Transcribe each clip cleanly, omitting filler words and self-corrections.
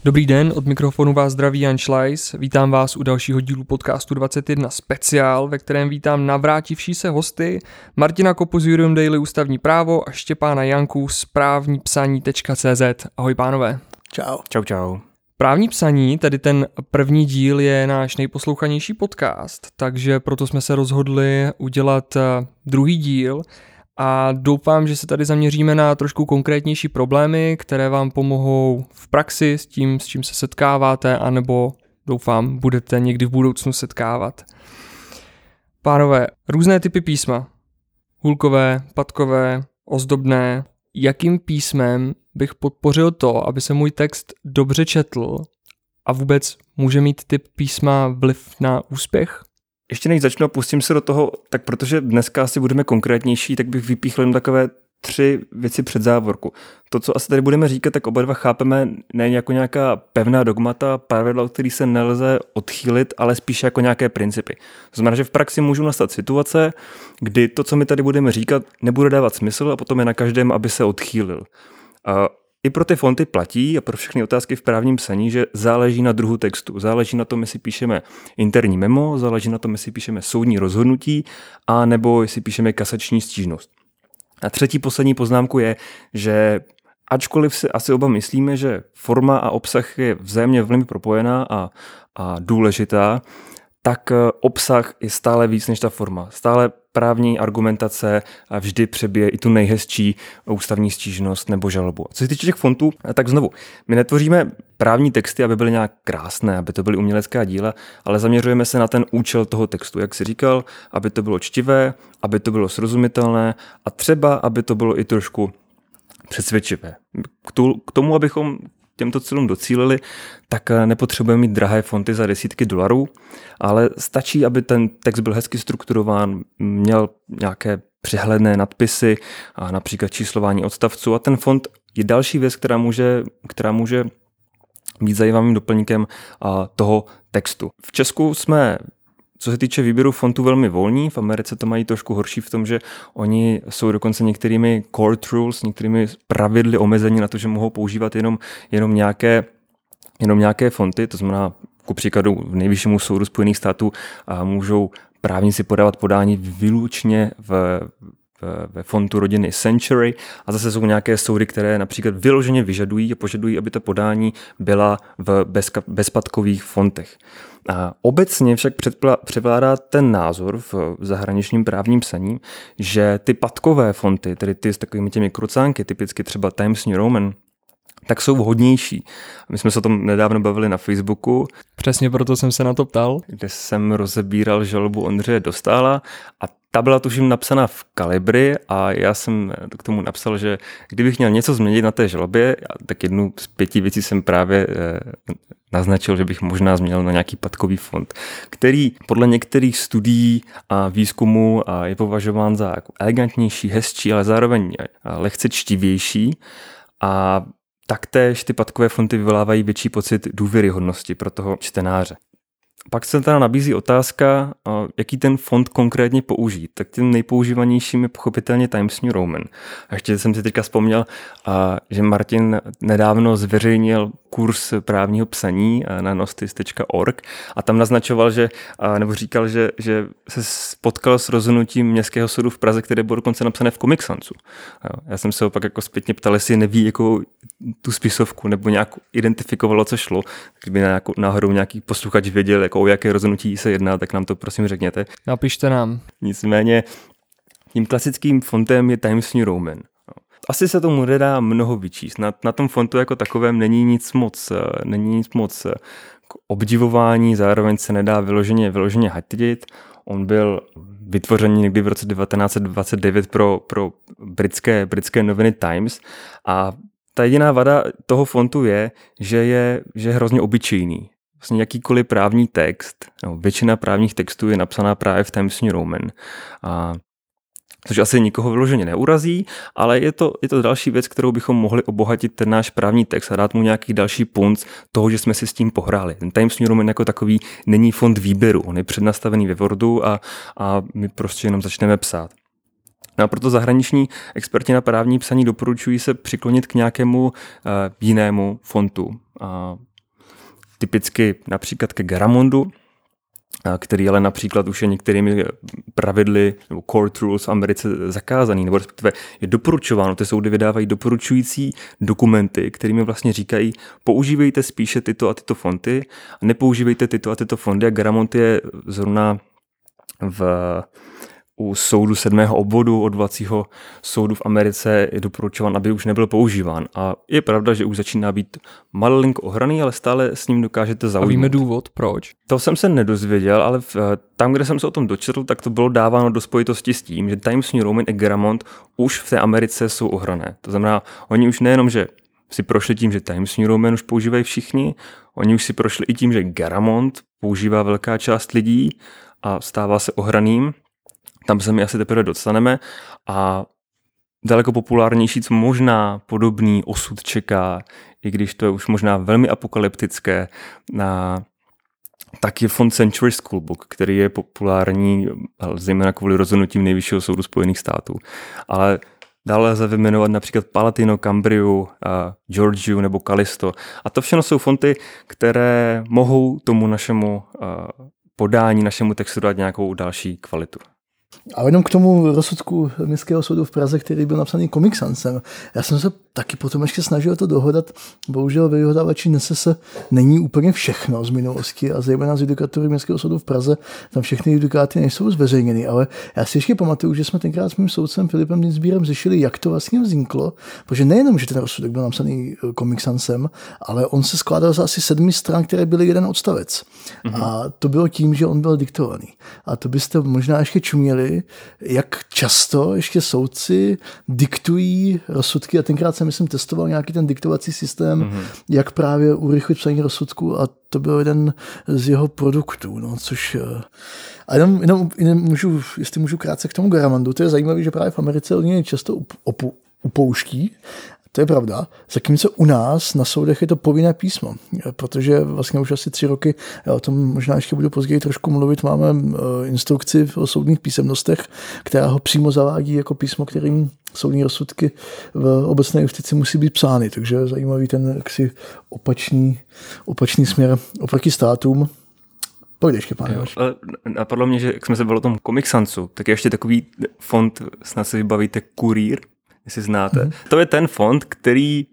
Dobrý den, od mikrofonu vás zdraví Jan Šlajs. Vítám vás u dalšího dílu podcastu 21 speciál, ve kterém vítám navrátivší se hosty Martina Kopu z Jurium Daily ústavní právo a Štěpána Janku z právnípsaní.cz. Ahoj pánové. Čau. Čau. Právní psaní, tedy ten první díl, je náš nejposlouchanější podcast, takže proto jsme se rozhodli udělat druhý díl a doufám, že se tady zaměříme na trošku konkrétnější problémy, které vám pomohou v praxi s tím, s čím se setkáváte, anebo doufám, budete někdy v budoucnu setkávat. Pánové, různé typy písma. Hůlkové, patkové, ozdobné. Jakým písmem bych podpořil to, aby se můj text dobře četl a vůbec může mít typ písma vliv na úspěch? Ještě než začnu a pustím se do toho, tak protože dneska asi budeme konkrétnější, tak bych vypíchl jen takové 3 věci před závorku. To, co asi tady budeme říkat, tak oba dva chápeme ne jako nějaká pevná dogmata, pravidla, od kterých se nelze odchýlit, ale spíše jako nějaké principy. To znamená, že v praxi můžou nastat situace, kdy to, co my tady budeme říkat, nebude dávat smysl a potom je na každém, aby se odchýlil. I pro ty fonty platí a pro všechny otázky v právním psaní, že záleží na druhu textu. Záleží na tom, jestli píšeme interní memo, záleží na tom, jestli píšeme soudní rozhodnutí a nebo jestli píšeme kasační stížnost. A třetí poslední poznámku je, že ačkoliv si asi oba myslíme, že forma a obsah je vzájemně velmi propojená a důležitá, tak obsah je stále víc než ta forma. Stále právní argumentace vždy přebije i tu nejhezčí ústavní stížnost nebo žalobu. Co se týče těch fontů, tak znovu, my netvoříme právní texty, aby byly nějak krásné, aby to byly umělecká díla, ale zaměřujeme se na ten účel toho textu, jak jsi říkal, aby to bylo čtivé, aby to bylo srozumitelné a třeba, aby to bylo i trošku přesvědčivé. K tomu, abychom těmto cílům docílili, tak nepotřebujeme mít drahé fonty za desítky dolarů, ale stačí, aby ten text byl hezky strukturován, měl nějaké přehledné nadpisy, a například číslování odstavců a ten font je další věc, která může být zajímavým doplňkem toho textu. V Česku jsme, co se týče výběru fontů, velmi volní, v Americe to mají trošku horší v tom, že oni jsou dokonce některými court rules, některými pravidly omezení na to, že mohou používat jenom nějaké fonty, to znamená, ku příkladu v Nejvyššímu soudu Spojených států můžou právníci podávat podání výlučně ve fontu rodiny Century a zase jsou nějaké soudy, které například vyloženě vyžadují a požadují, aby ta podání byla v bezpatkových fontech. A obecně však převládá ten názor v zahraničním právním psaní, že ty patkové fonty, tedy ty s takovými těmi krucánky, typicky třeba Times New Roman, tak jsou vhodnější. My jsme se o tom nedávno bavili na Facebooku. Přesně proto jsem se na to ptal. Kde jsem rozebíral žalobu Ondřeje Dostála a ta byla tuším napsaná v Kalibri a já jsem k tomu napsal, že kdybych měl něco změnit na té žalobě, tak jednu z 5 věcí jsem právě naznačil, že bych možná změnil na nějaký patkový font, který podle některých studií a výzkumů je považován za jako elegantnější, hezčí, ale zároveň lehce čtivější a taktéž ty patkové fonty vyvolávají větší pocit důvěryhodnosti pro toho čtenáře. Pak se teda nabízí otázka, jaký ten font konkrétně použít. Tak tím nejpoužívanějším je pochopitelně Times New Roman. A ještě jsem si teďka vzpomněl, že Martin nedávno zveřejnil kurz právního psaní na nostis.org a tam naznačoval, nebo říkal, že se spotkal s rozhodnutím Městského soudu v Praze, které bylo dokonce napsané v Comic Sansu. Já jsem se ho pak jako zpětně ptal, jestli neví jako tu spisovku nebo nějak identifikovalo, co šlo. Kdyby náhodou nějaký posluchač věděl, jako o jaké rozhodnutí se jedná, tak nám to prosím řekněte. Napište nám. Nicméně tím klasickým fontem je Times New Roman. Asi se tomu nedá mnoho vyčíst. Na tom fontu jako takovém není nic moc k obdivování, zároveň se nedá vyloženě hatit. On byl vytvořen někdy v roce 1929 pro britské noviny Times a ta jediná vada toho fontu je, že je hrozně obyčejný. Vlastně jakýkoliv právní text, většina právních textů je napsaná právě v Times New Roman. Což asi nikoho vyloženě neurazí, ale je to další věc, kterou bychom mohli obohatit ten náš právní text a dát mu nějaký další punc toho, že jsme si s tím pohráli. Ten Times New Roman jako takový není fond výběru, on je přednastavený ve Wordu a my prostě jenom začneme psát. No a proto zahraniční experti na právní psaní doporučují se přiklonit k nějakému jinému fontu. typicky například ke Garamondu, který ale například už je některými pravidly nebo court rules v Americe zakázaný, nebo respektive je doporučováno, ty soudy vydávají doporučující dokumenty, kterými vlastně říkají, používejte spíše tyto a tyto fonty a nepoužívejte tyto a tyto fonty a Garamond je zrovna u soudu 7. obvodu odvolacího soudu v Americe je doporučován, aby už nebyl používán. A je pravda, že už začíná být malinko ohraný, ale stále s ním dokážete zaujmout. A víme důvod, proč? To jsem se nedozvěděl, ale tam, kde jsem se o tom dočetl, tak to bylo dáváno do spojitosti s tím, že Times New Roman a Garamond už v té Americe jsou ohrané. To znamená, oni už nejenom, že si prošli tím, že Times New Roman už používají všichni, oni už si prošli i tím, že Garamond používá velká část lidí a stává se ohraným. Tam se mi asi teprve dostaneme a daleko populárnější, co možná podobný osud čeká, i když to je už možná velmi apokalyptické, tak je fond Century Schoolbook, který je populární zejména kvůli rozhodnutím Nejvyššího soudu Spojených států. Ale dále lze vyjmenovat například Palatino, Cambriu, Georgiu nebo Callisto. A to všechno jsou fonty, které mohou tomu našemu podání, našemu textu dát nějakou další kvalitu. A jenom k tomu rozsudku Městského soudu v Praze, který byl napsaný Comic Sansem. Já jsem se taky potom ještě snažil to dohledat. Bohužel ve vyhledávači NSS není úplně všechno z minulosti a zejména z judikatury Městského soudu v Praze. Tam všechny judikáty nejsou zveřejněny, ale já si ještě pamatuju, že jsme tenkrát s mým soudcem Filipem Dinsbírem řešili, jak to vlastně vzniklo, protože nejenom, že ten rozsudek byl napsaný Comic Sansem, ale on se skládal z asi 7 stran, které byly jeden odstavec. Mm-hmm. A to bylo tím, že on byl diktovaný. A to byste možná ještě čuměli, jak často ještě soudci diktují rozsudky a tenkrát jsem, myslím, testoval nějaký ten diktovací systém, jak právě urychlit psaní rozsudku a to byl jeden z jeho produktů, no, což... A jenom můžu, jestli můžu krátce k tomu Garamondu, to je zajímavé, že právě v Americe oni často upouští. To je pravda. Zatímco u nás na soudech je to povinné písmo, protože vlastně už asi 3 roky, já o tom možná ještě budu později trošku mluvit, máme instrukci o soudních písemnostech, která ho přímo zavádí jako písmo, kterým soudní rozsudky v obecné justici musí být psány. Takže je zajímavý ten jaksi opačný směr oproti státům. Pojď ještě, pane. Napadlo mě, že jak jsme se bavili o tom Comic Sansu, tak je ještě takový font, snad si vybavíte, Kurýr, jestli znáte. Mm-hmm. To je ten font, který...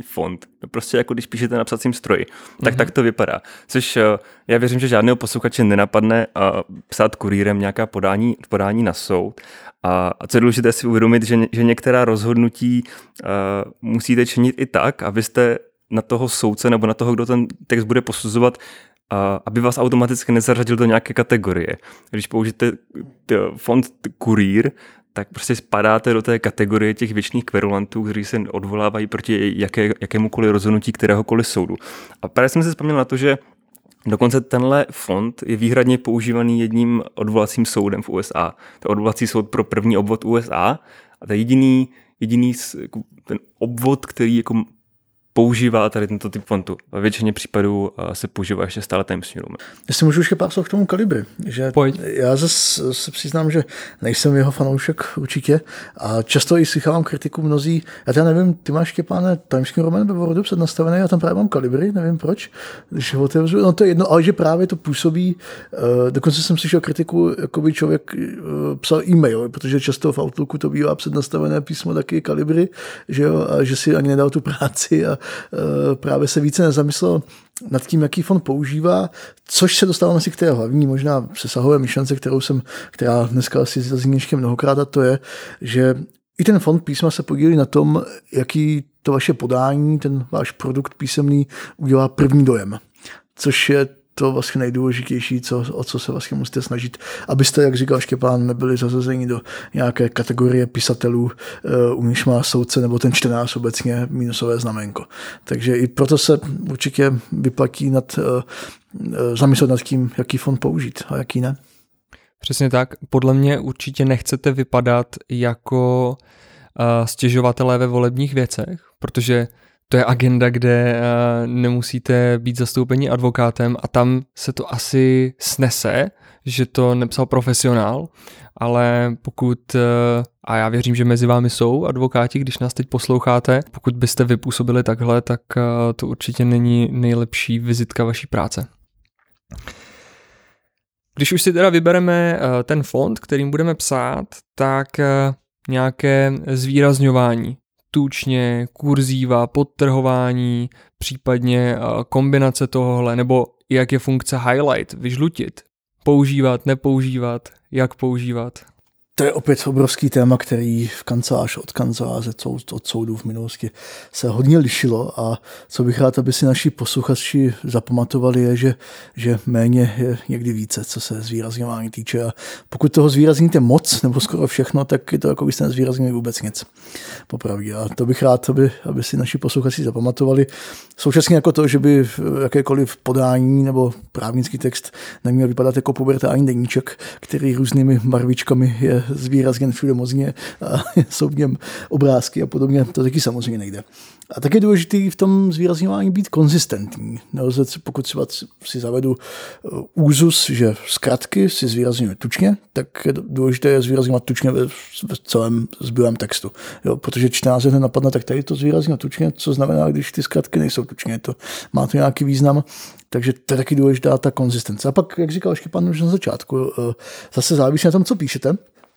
prostě jako když píšete na psacím stroji, tak to vypadá. Což já věřím, že žádného posluchače nenapadne psát kurýrem nějaká podání na soud. A co je důležité si uvědomit, že některá rozhodnutí musíte činit i tak, abyste na toho soudce nebo na toho, kdo ten text bude posuzovat, aby vás automaticky nezařadil do nějaké kategorie. Když použijete font kurýr, tak prostě spadáte do té kategorie těch věčných kverulantů, kteří se odvolávají proti jakémukoliv rozhodnutí kteréhokoliv soudu. A právě jsem si vzpomněl na to, že dokonce tenhle fond je výhradně používaný jedním odvolacím soudem v USA. To je odvolací soud pro první obvod USA a to je jediný ten obvod, který jako používá tady tento typ fontu. Ve většině případů se používá ještě stále Times New Roman. Jestli můžu ještě pár slov k tomu Kalibry. Že já zase se přiznám, že nejsem jeho fanoušek určitě a často i slychávám kritiku mnozí. Já teda nevím, ty máš, Štěpáne, Times New Roman ve Wordu přednastavený, já tam právě mám Kalibry, nevím proč. Když ho otevřu, no to je jedno, ale že právě to působí, dokonce jsem slyšel kritiku, jako by člověk psal e-mail, protože často v Outlooku to bývá přednastavené písmo taky Kalibry, že jo, a že si ani nedal tu práci a právě se více nezamyslel nad tím, jaký fond používá, což se dostáváme si k té hlavní, možná přesahové myšlence, která dneska asi zazní ještě mnohokrát, a to je, že i ten fond písma se podílí na tom, jaký to vaše podání, ten váš produkt písemný udělá první dojem, což je to vlastně nejdůležitější, o co se vlastně musíte snažit, abyste, jak říkal Štěpán, nebyli zařazeni do nějaké kategorie pisatelů, u níž má soudce nebo ten čtenář obecně minusové znaménko. Takže i proto se určitě vyplatí zamyslet nad tím, jaký fond použít a jaký ne. Přesně tak. Podle mě určitě nechcete vypadat jako stěžovatelé ve volebních věcech, protože to je agenda, kde nemusíte být zastoupeni advokátem a tam se to asi snese, že to nepsal profesionál, ale pokud, a já věřím, že mezi vámi jsou advokáti, když nás teď posloucháte, pokud byste vypůsobili takhle, tak to určitě není nejlepší vizitka vaší práce. Když už si teda vybereme ten font, kterým budeme psát, tak nějaké zvýrazňování, tučně, kurzíva, podtrhování, případně kombinace tohohle, nebo jak je funkce highlight, vyžlutit, používat, nepoužívat, jak používat. To je opět obrovský téma, který v kancelář od kanceláře od soudu v minulosti se hodně lišilo a co bych rád, aby si naši posluchači zapamatovali, je, že méně je někdy více, co se zvýrazňování týče. A pokud toho zvýrazníte moc nebo skoro všechno, tak je to jako byste nezvýraznili vůbec nic. Popravdě. A to bych rád, aby si naši posluchači zapamatovali. Současně jako to, že by jakékoliv podání nebo právnický text neměl vypadat jako pubertální deníček, který různými barvičkami je zvýrazněn všude možně a jsou v něm obrázky a podobně, to taky samozřejmě nejde. A tak je důležité v tom zvýrazňování být konzistentní. Nelze, pokud třeba si zavedu úzus, že zkratky si zvýrazňuje tučně, tak je důležité je zvýrazňovat tučně v celém zbylém textu. Jo, protože čtenář hned napadne, tak tady to zvýrazňuje tučně, co znamená, když ty zkratky nejsou tučně. Má to nějaký význam, takže to je taky důležitá ta konzistence. A pak, jak říkal Štěpán už na začátku, zase závisí na tom, co píšete.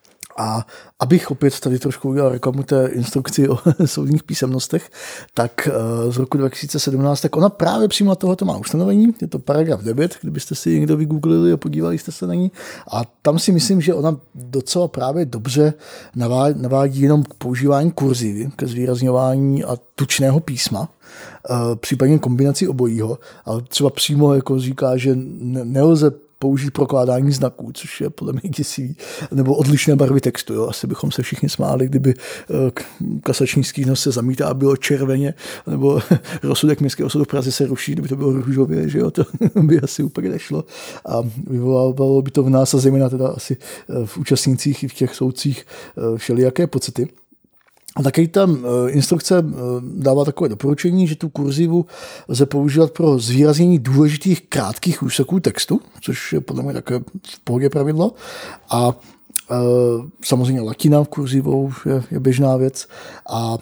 A abych opět tady trošku udělal reklamu té instrukci o soudních písemnostech, tak z roku 2017, tak ona právě přímo tohoto má ustanovení, je to paragraf 9, kdybyste si někdo vygooglili a podívali jste se na ní. A tam si myslím, že ona docela právě dobře navádí jenom k používání kurzivy, ke zvýrazňování a tučného písma, případně kombinací obojího, ale třeba přímo jako říká, že nelze použít prokládání znaků, což je podle mě děsivý, nebo odlišné barvy textu. Jo. Asi bychom se všichni smáli, kdyby kasační stížnost se zamítá a bylo červeně, nebo rozsudek Městského soudu v Praze se ruší, kdyby to bylo růžově, že jo, to by asi úplně nešlo. A vyvolávalo by to v nás a zejména teda asi v účastnících i v těch soudcích všelijaké pocity. A taky tam instrukce dává takové doporučení, že tu kurzivu lze používat pro zvýraznění důležitých krátkých úseků textu, což je podle mě také v pohodě pravidlo. A samozřejmě latina kurzivou je běžná věc. A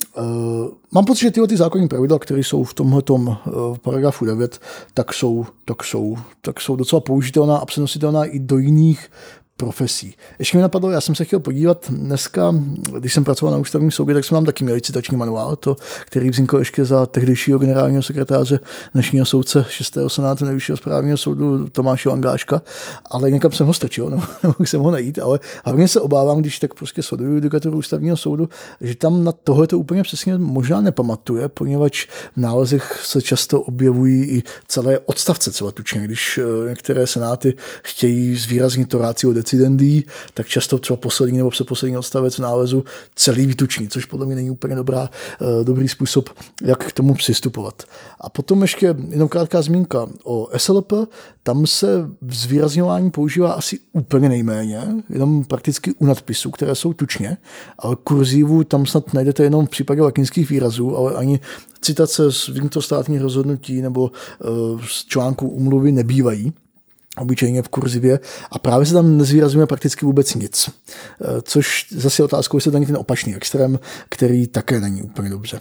mám pocit, že ty základní pravidla, které jsou v tomhletom paragrafu 9, tak jsou docela použitelná a přenositelná i do jiných profesí. Ještě mi napadlo, já jsem se chtěl podívat dneska, když jsem pracoval na ústavním soudě, tak jsme tam taky měli citační manuál, který vznikl ještě za tehdejšího generálního sekretáře dnešního soudce 6. senátu Nejvyššího správního soudu Tomáše Langáška, ale někam jsem ho strčil, nemohl jsem ho najít, ale hlavně se obávám, když tak prostě sleduju judikaturu ústavního soudu, že tam na tohle to úplně přesně možná nepamatuje, poněvadž v nálezech se často objevují i celé odstavce třeba tučně, když některé senáty chtějí zvýraznit to ratio decidendi, tak často třeba poslední nebo předposlední odstavec v nálezu celý vytuční, což podle mě není úplně dobrý způsob, jak k tomu přistupovat. A potom ještě jenom krátká zmínka o SLP, tam se zvýrazňování používá asi úplně nejméně, jenom prakticky u nadpisů, které jsou tučně, ale kurzivu tam snad najdete jenom v případě latinských výrazů, ale ani citace z vnitrostátních rozhodnutí nebo z článků úmluvy nebývají obyčejně v kurzivě a právě se tam nezvýrazňuje prakticky vůbec nic. Což zase je otázkou, jestli to není ten opačný extrém, který také není úplně dobře.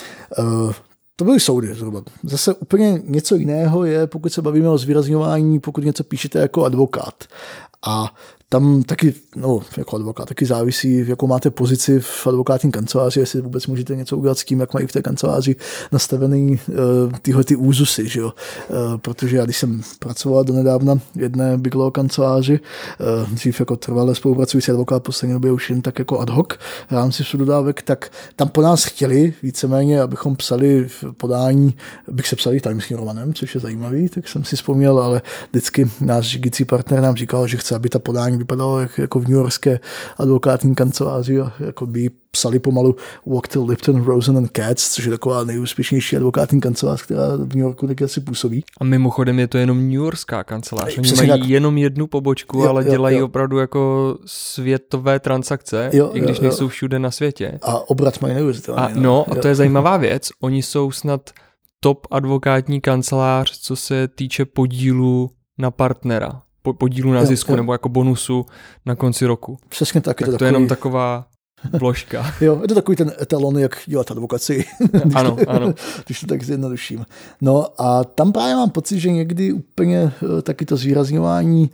To byly soudy zhruba. Zase úplně něco jiného je, pokud se bavíme o zvýrazňování, pokud něco píšete jako advokát. A tam taky, jako advokát, taky závisí, jakou máte pozici v advokátní kanceláři, jestli vůbec můžete něco udělat s tím, jak mají v té kanceláři nastavený tyhle ty úzusy, že jo. Protože já, když jsem pracoval donedávna v jedné big law kanceláři, dřív jako trvalé spolupracující advokát, poslední době už jen tak jako ad hoc v rámci subdodávek, tak tam po nás chtěli víceméně, abychom psali v podání, bych se psali tajemským romanem, což je zajímavý, tak jsem si vzpomněl, ale vždycky náš řídící partner nám říkal, že chce chce, aby ta podání vypadalo jako v newyorské advokátní kanceláři a jako by psali pomalu Wachter, Lipton, Rosen and Katz, což je taková nejúspěšnější advokátní kancelář, která v New Yorku taky asi působí. A mimochodem je to jenom newyorská kancelář. Oni mají jenom jednu pobočku, ale dělají opravdu jako světové transakce, i když nejsou všude na světě. A obrat mají neuvěřitelný. A to je zajímavá věc. Oni jsou snad top advokátní kancelář, co se týče podílu na partnera. Podílu na zisku nebo jako bonusu na konci roku. Přesně tak. To je jenom taková vložka. Jo, je to takový ten etalon, jak dělat advokaci. Ano. Když to tak zjednoduším. No a tam právě mám pocit, že někdy úplně taky to zvýrazňování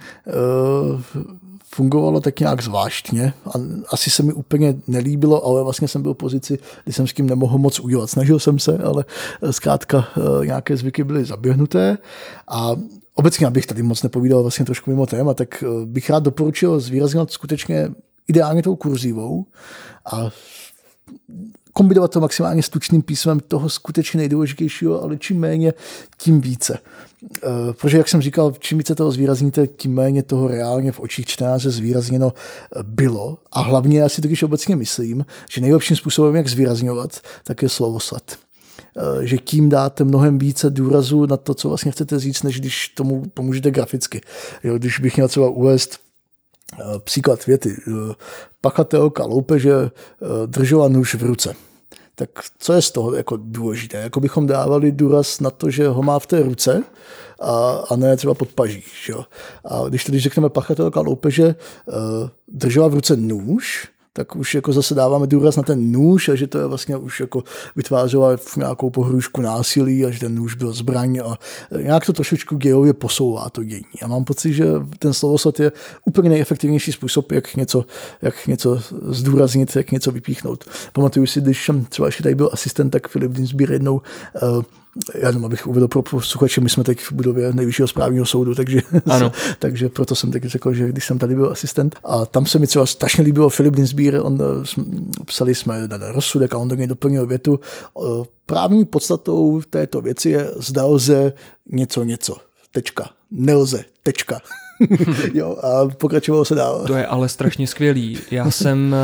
fungovalo tak nějak zvláštně. A asi se mi úplně nelíbilo, ale vlastně jsem byl v pozici, kdy jsem s tím nemohl moc udělat. Snažil jsem se, ale zkrátka nějaké zvyky byly zaběhnuté. A obecně, abych tady moc nepovídal vlastně trošku mimo téma, tak bych rád doporučil zvýrazňovat skutečně ideálně tou kurzívou a kombinovat to maximálně s tučným písmem toho skutečně nejdůležitějšího, ale čím méně, tím více. Protože, jak jsem říkal, čím více toho zvýrazníte, tím méně toho reálně v očích čtenáře zvýrazněno bylo. A hlavně já si totiž obecně myslím, že nejlepším způsobem, jak zvýrazňovat, tak je slovosled. Že tím dáte mnohem více důrazu na to, co vlastně chcete říct, než když tomu pomůžete graficky. Jo, když bych měl třeba uvést příklad věty. Pachatelka loupeže držela nůž v ruce. Tak co je z toho jako důležité? Jako bychom dávali důraz na to, že ho má v té ruce a ne třeba pod paží. Jo? A když řekneme pachatelka loupeže držela v ruce nůž, tak už jako zase dáváme důraz na ten nůž a že to je vlastně už jako vytvářela nějakou pohrůžku násilí a že ten nůž byl zbraň a nějak to trošičku dějově posouvá to dění. A mám pocit, že ten slovosled je úplně nejefektivnější způsob, jak něco zdůraznit, jak něco vypíchnout. Pamatuju si, když jsem třeba ještě tady byl asistent, tak Filip Dinsbír jednou já jenom abych uvedl pro posluchače, my jsme teď v budově Nejvyššího správního soudu, takže proto jsem teď řekl, že když jsem tady byl asistent a tam se mi třeba strašně líbilo Filip Dinsbír, psali jsme rozsudek a on do něj doplnil větu. Právní podstatou této věci je zda lze něco. Tečka. Nelze. Tečka. Jo, a pokračovalo se dál. To je ale strašně skvělý. Já jsem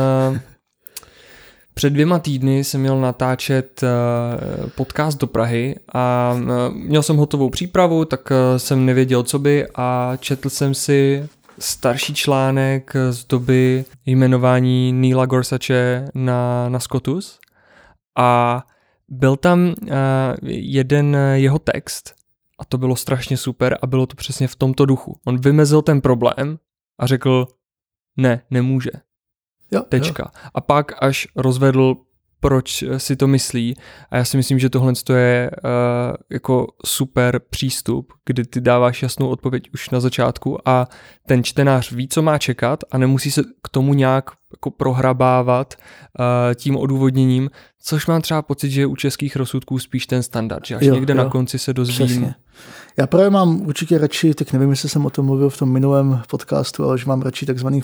před 2 týdny jsem měl natáčet podcast do Prahy a měl jsem hotovou přípravu, tak jsem nevěděl, co by a četl jsem si starší článek z doby jmenování Neila Gorsuche na SCOTUS a byl tam jeden jeho text a to bylo strašně super a bylo to přesně v tomto duchu. On vymezil ten problém a řekl, ne, nemůže. Tečka. A pak až rozvedl, proč si to myslí a já si myslím, že tohle je jako super přístup, kdy ty dáváš jasnou odpověď už na začátku a ten čtenář ví, co má čekat a nemusí se k tomu nějak jako prohrabávat tím odůvodněním, což mám třeba pocit, že je u českých rozsudků spíš ten standard, že až někde na konci se dozvím. Přesně. Já právě mám určitě radši, tak nevím, jestli jsem o tom mluvil v tom minulém podcastu, ale že mám radši takzvaný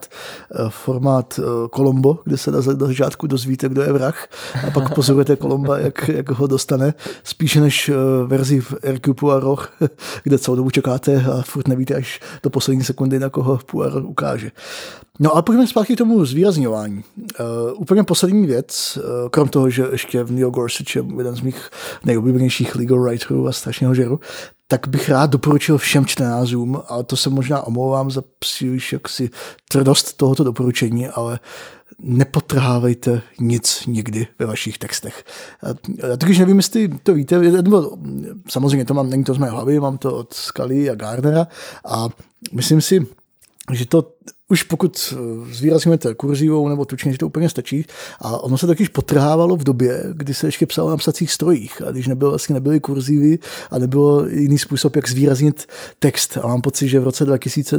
formát Columbo, kde se na začátku dozvíte, kdo je vrah a pak pozorujete Columba, jak ho dostane, spíše než verzi v Hercule Poirot, kde celou dobu čekáte a furt nevíte až do poslední sekundy, na koho Poirot ukáže. No a pojďme zpátky k tomu zvýrazňování. Úplně poslední věc, krom toho, že ještě Neil Gorsuch je jeden z mých nejoblíbenějších legal writerů a strašného žeru, tak bych rád doporučil všem čtenářům, a to se možná omlouvám za příliš jaksi tvrdost tohoto doporučení, ale nepotrhávejte nic nikdy ve vašich textech. Já totiž nevím, jestli to víte, samozřejmě není to z mé hlavy, mám to od Scully a Gardnera a myslím si, že to už pokud zvýrazňujete kurzívou nebo tučně, že to úplně stačí. A ono se takyž potrhávalo v době, kdy se ještě psalo na psacích strojích. A když nebyly kurzívy a nebylo jiný způsob, jak zvýraznit text. A mám pocit, že v roce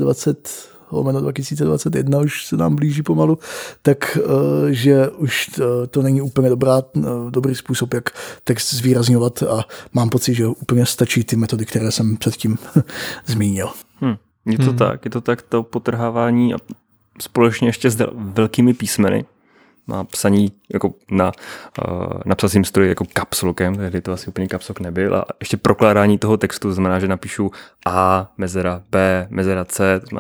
2021 už se nám blíží pomalu, tak že už to není úplně dobrý způsob, jak text zvýrazňovat. A mám pocit, že úplně stačí ty metody, které jsem předtím zmínil. Je to tak, to potrhávání a společně ještě s velkými písmeny na psaní jako na psacím stroji jako kapslockem, tehdy to asi úplně kapslok nebyl a ještě prokládání toho textu znamená, že napíšu A, mezera B, mezera C, to znamená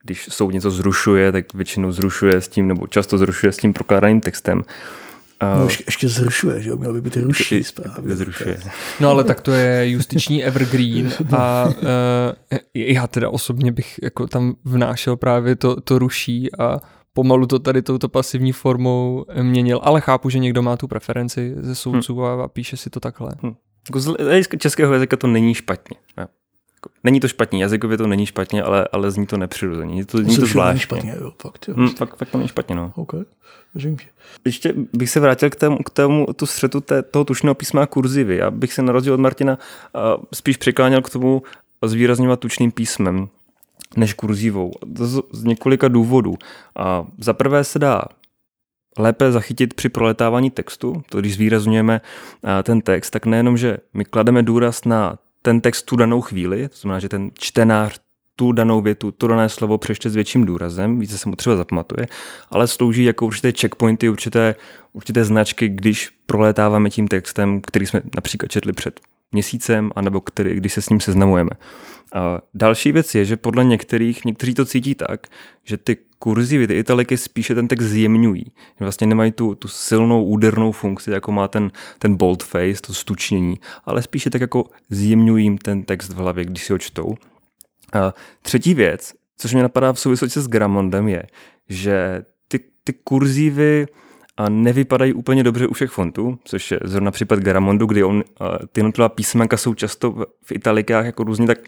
když soud něco zrušuje, tak většinou zrušuje s tím, nebo často zrušuje s tím prokládaným textem. No, ještě zrušuje, že jo? Mělo by být ruší správně. No ale tak to je justiční evergreen a já teda osobně bych jako tam vnášel právě to ruší a pomalu to tady touto pasivní formou měnil, ale chápu, že někdo má tu preferenci ze soudců a píše si to takhle. Z českého jazyka to není špatně. Není to špatně, jazykově to není špatně, ale zní to nepřirozeně. Zní to zvláštně. Špatně, jo, fakt. Jo. Fakt to není špatně, no. Okay. Ještě bych se vrátil k tomu tu střetu toho tučného písma kurzivy. Já bych se na rozdíl od Martina spíš přikláněl k tomu zvýrazňovat tučným písmem než kurzivou. Z několika důvodů. Za prvé se dá lépe zachytit při proletávání textu. To, když zvýrazňujeme ten text, tak nejenom, že my klademe důraz na ten text tu danou chvíli, to znamená, že ten čtenář tu danou větu, to dané slovo přečte s větším důrazem, více se mu třeba zapamatuje, ale slouží jako určité checkpointy, určité značky, když prolétáváme tím textem, který jsme například četli před měsícem, anebo když se s ním seznamujeme. A další věc je, že podle někteří to cítí tak, že ty kurzivy, ty italiky spíše ten text zjemňují. Vlastně nemají tu silnou údernou funkci, jako má ten boldface, to stučnění, ale spíše tak jako zjemňují ten text v hlavě, když si ho čtou. A třetí věc, což mě napadá v souvislosti s Gramondem, je, že ty kurzivy nevypadají úplně dobře u všech fontů, což je zrovna případ Gramondu, kdy ty jednotlivá písmenka jsou často v italikách jako různě tak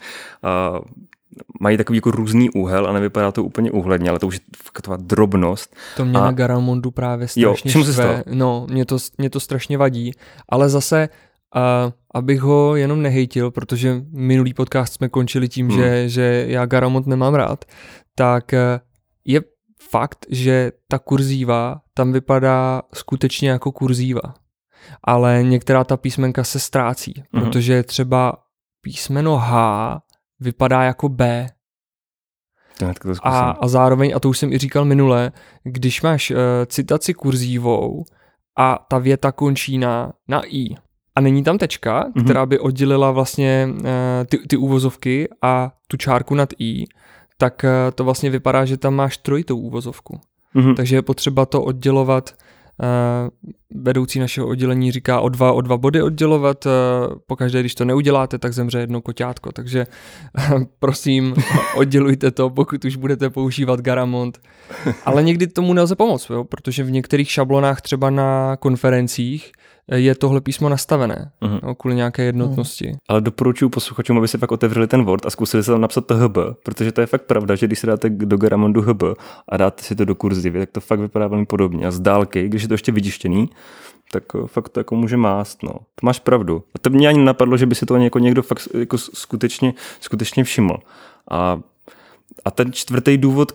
mají takový jako různý úhel a nevypadá to úplně úhledně, ale to už je taková drobnost. To mě na Garamondu právě strašně štve. No, mě to strašně vadí, ale zase abych ho jenom nehejtil, protože minulý podcast jsme končili tím, že já Garamond nemám rád, tak je fakt, že ta kurzíva tam vypadá skutečně jako kurzíva, ale některá ta písmenka se ztrácí, protože třeba písmeno H vypadá jako B. A zároveň, a to už jsem i říkal minule, když máš citaci kurzívou a ta věta končí na I a není tam tečka, která by oddělila vlastně ty úvozovky a tu čárku nad I, tak to vlastně vypadá, že tam máš trojitou úvozovku. Takže je potřeba to oddělovat. Vedoucí našeho oddělení říká o dva body oddělovat. Pokaždé, když to neuděláte, tak zemře jedno koťátko. Takže prosím, oddělujte to, pokud už budete používat Garamond. Ale někdy tomu nelze pomoct, jo? Protože v některých šablonách, třeba na konferencích, je tohle písmo nastavené, kvůli nějaké jednotnosti. Ale doporučuji posluchačům, aby si fakt otevřeli ten Word a zkusili se tam napsat to HB, protože to je fakt pravda, že když si dáte do Garamondu HB a dáte si to do kurzivy, tak to fakt vypadá velmi podobně. A z dálky, když je to ještě vytištěný, tak fakt to jako může mást. No. To máš pravdu. A to mě ani napadlo, že by si to někdo fakt jako skutečně všiml. A ten čtvrtý důvod,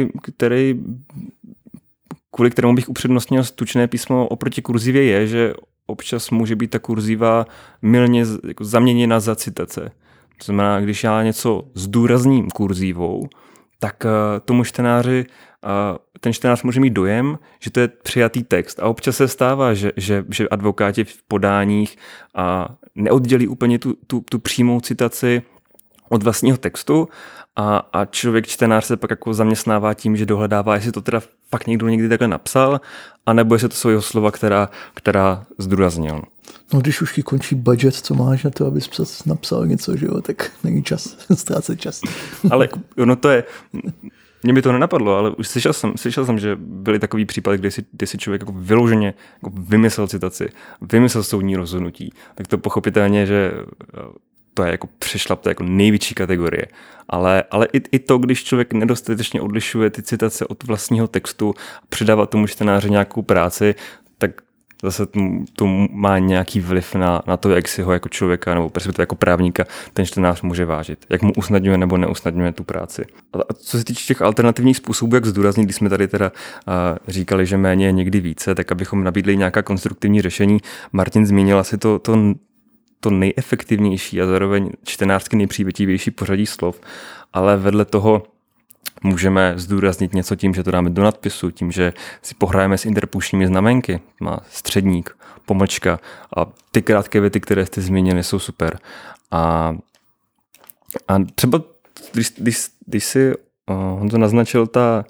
kvůli kterému bych upřednostnil tučné písmo oproti kurzivě, je, že občas může být ta kurziva mylně jako zaměněna za citace. To znamená, když já něco zdůrazním kurzívou, tak tomu čtenáři, ten čtenář může mít dojem, že to je přijatý text. A občas se stává, že advokáti v podáních neoddělí úplně tu přímou citaci od vlastního textu a čtenář se pak jako zaměstnává tím, že dohledává, jestli to teda fakt někdo někdy takhle napsal, anebo jestli to jsou jeho slova, která zdůraznil. No když už ti končí budget, co máš na to, abys napsal něco, že jo, tak není čas, ztrácet čas. Ale ono to je, mě by to nenapadlo, ale už slyšel jsem, že byly takový případy, kdy si člověk jako vyloženě jako vymyslel citaci, vymyslel soudní rozhodnutí, tak to pochopitelně, že to je jako přešlap, to je jako největší kategorie. Ale i to, když člověk nedostatečně odlišuje ty citace od vlastního textu a přidává tomu čtenáři nějakou práci, tak zase to má nějaký vliv na to, jak si ho jako člověka nebo respektive jako právníka ten čtenář může vážit. Jak mu usnadňuje nebo neusnadňuje tu práci. A co se týče těch alternativních způsobů, jak zdůraznit, když jsme tady teda říkali, že méně je někdy více, tak abychom nabídli nějaká konstruktivní řešení. Martin zmínil asi to nejefektivnější a zároveň čtenářsky nejpřívětivější pořadí slov, ale vedle toho můžeme zdůraznit něco tím, že to dáme do nadpisu, tím, že si pohrajeme s interpunkčními znamenky, má středník, pomlčka a ty krátké věty, které jste zmínili, jsou super. A třeba, když si Honzo naznačil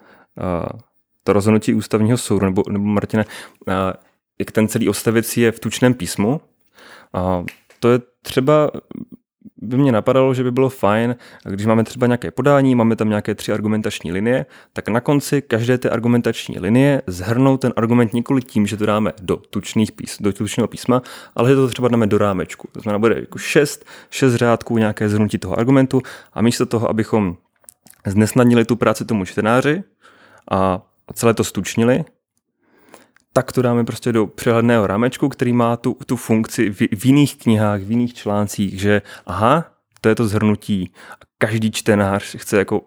to rozhodnutí ústavního soudu, nebo Martine, jak ten celý odstavec je v tučném písmu. To je třeba, by mě napadalo, že by bylo fajn, když máme třeba nějaké podání, máme tam nějaké 3 argumentační linie, tak na konci každé té argumentační linie zhrnout ten argument nikoli tím, že to dáme do tučného písma, ale že to třeba dáme do rámečku. To znamená, bude jako 6 řádků nějaké zhrnutí toho argumentu a místo toho, abychom znesnadnili tu práci tomu čtenáři a celé to stučnili, tak to dáme prostě do přehledného rámečku, který má tu funkci v jiných knihách, v jiných článcích, že aha, to je to shrnutí. Každý čtenář chce jako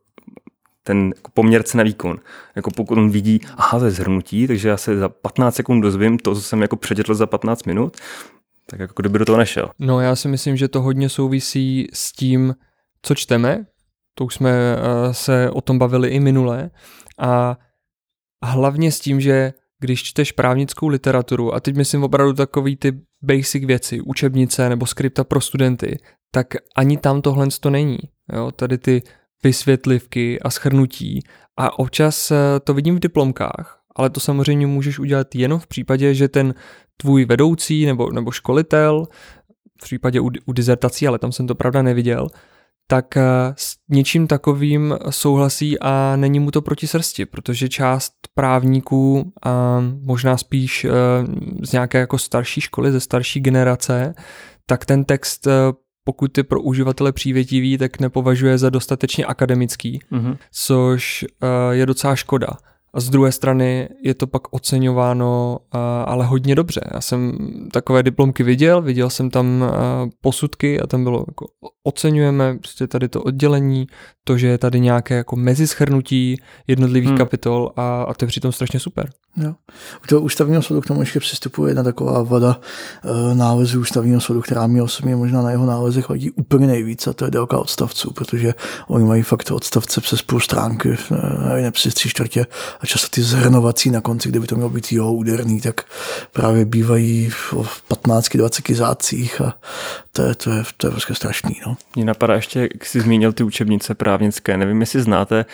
ten poměrce na výkon. Jako pokud on vidí, aha, to je shrnutí, takže já se za 15 sekund dozvím to, co jsem jako přečetl za 15 minut, tak jako kdyby do toho nešel. No já si myslím, že to hodně souvisí s tím, co čteme. To už jsme se o tom bavili i minule. A hlavně s tím, že když čteš právnickou literaturu, a teď myslím opravdu takový ty basic věci, učebnice nebo skripta pro studenty, tak ani tam tohle to není. Jo? Tady ty vysvětlivky a shrnutí. A občas to vidím v diplomkách, ale to samozřejmě můžeš udělat jenom v případě, že ten tvůj vedoucí nebo školitel, v případě u dizertací, ale tam jsem to pravda neviděl, tak s něčím takovým souhlasí a není mu to proti srsti, protože část právníků a možná spíš z nějaké jako starší školy, ze starší generace, tak ten text, pokud je pro uživatele přívětivý, tak nepovažuje za dostatečně akademický, což je docela škoda. A z druhé strany je to pak oceňováno, ale hodně dobře. Já jsem takové diplomky viděl jsem tam posudky a tam bylo jako oceňujeme prostě tady to oddělení, to, že je tady nějaké jako mezischrnutí jednotlivých kapitol a to je přitom strašně super. Jo. U toho ústavního soudu k tomu ještě přistupuje jedna taková vada nálezu ústavního soudu, která mě osobně možná na jeho nálezech vadí úplně nejvíc, a to je délka odstavců, protože oni mají fakt odstavce přes půl stránky, ne přes 3/4 a často ty zhrnovací na konci, kdyby to mělo být úderný, tak právě bývají v 15-20 řádcích a to je prostě strašný. No. Mně napadá ještě, jak jsi zmínil ty učebnice právnické, nevím, jestli znáte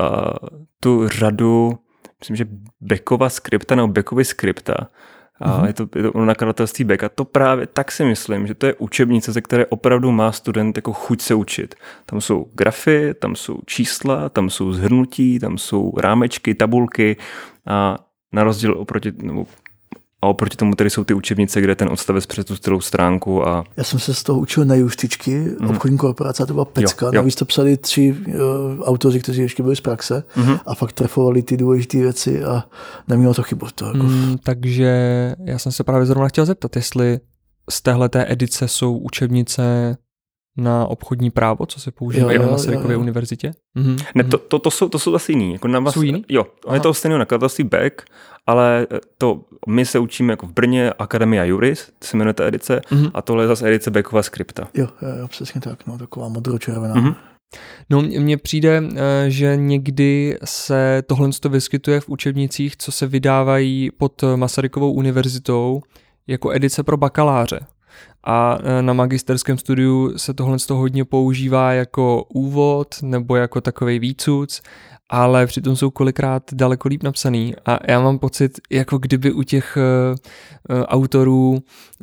tu řadu, myslím, že Beckova skripta nebo Beckovy skripta. A je to nakladatelství Beck. A to právě tak si myslím, že to je učebnice, ze které opravdu má student jako chuť se učit. Tam jsou grafy, tam jsou čísla, tam jsou shrnutí, tam jsou rámečky, tabulky a na rozdíl oproti tomu tady jsou ty učebnice, kde ten odstavec přes tu celou stránku. A já jsem se z toho učil na justičky, obchodní korporace, to byla pecka. Navíc to psali 3 autoři, kteří ještě byli z praxe a fakt trefovali ty důležité věci a nemělo to chybu. Takže já jsem se právě zrovna chtěl zeptat, jestli z téhleté edice jsou učebnice na obchodní právo, co se používají na Masarykově univerzitě? Ne, to jsou asi jiný. Jako jsou jiný? Jo, je to stejného nakladatelství Beck, ale my se učíme jako v Brně Academia Juris, se jmenuje ta edice, a tohle je zase edice Beckova skripta. Jo, přesně tak, no, taková modročervená. No, mně přijde, že někdy se tohle vyskytuje v učebnicích, co se vydávají pod Masarykovou univerzitou jako edice pro bakaláře. A na magisterském studiu se tohle hodně používá jako úvod nebo jako takovej výcuc, ale přitom jsou kolikrát daleko líp napsaný. A já mám pocit, jako kdyby u těch autorů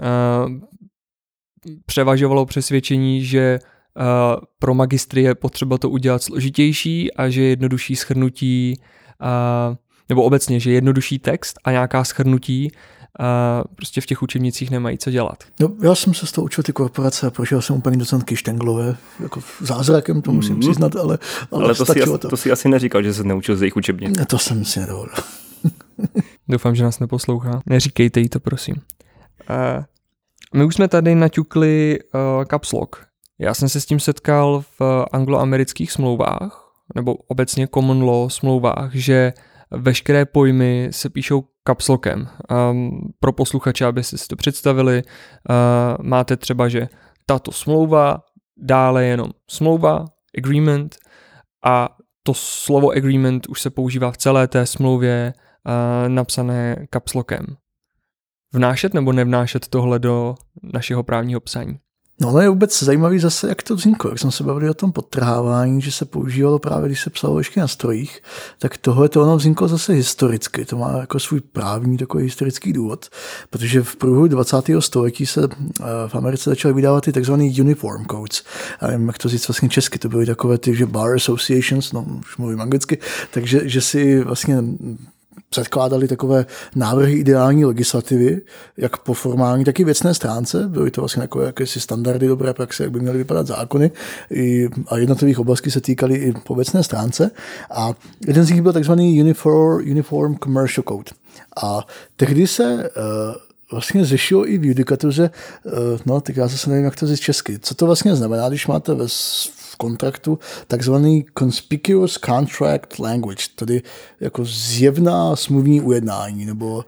převažovalo přesvědčení, že pro magistry je potřeba to udělat složitější a že je jednodušší shrnutí, nebo obecně, že je jednodušší text a nějaká shrnutí prostě v těch učebnicích nemají co dělat. No, já jsem se z toho učil ty korporace a prošel jsem úplně docentky Štenglové, jako zázrakem, to musím přiznat, ale to si asi neříkal, že se neučil z jejich učebnic. To jsem si nedovolil. Doufám, že nás neposlouchá. Neříkejte jí to, prosím. My už jsme tady naťukli caps lock. Já jsem se s tím setkal v angloamerických smlouvách, nebo obecně common law smlouvách, že veškeré pojmy se píšou caps lockem. Pro posluchače, aby si to představili, máte třeba, že tato smlouva, dále jenom smlouva, agreement, a to slovo agreement už se používá v celé té smlouvě napsané caps lockem. Vnášet nebo nevnášet tohle do našeho právního psaní? No, je vůbec zajímavý zase, jak to vzniklo. Jak jsme se bavili o tom podtrhávání, že se používalo právě, když se psalo ještě na strojích, tak tohle to ono vzniklo zase historicky. To má jako svůj právní takový historický důvod, protože v průběhu 20. století se v Americe začaly vydávat ty takzvaný uniform codes. Já nevím, jak to říct vlastně česky. To byly takové ty, že bar associations, no už mluvím anglicky, takže že si vlastně předkládali takové návrhy ideální legislativy, jak po formální, tak i věcné stránce. Byly to vlastně takové jakési standardy dobré praxe, jak by měly vypadat zákony a jednotlivých oblastí se týkaly i po věcné stránce. A jeden z nich byl takzvaný Uniform Commercial Code. A tehdy se vlastně řešilo i v judikatuře, no teď já zase nevím, jak to říct česky. Co to vlastně znamená, když máte v kontraktu takzvaný conspicuous contract language, tedy jako zjevná smluvní ujednání, nebo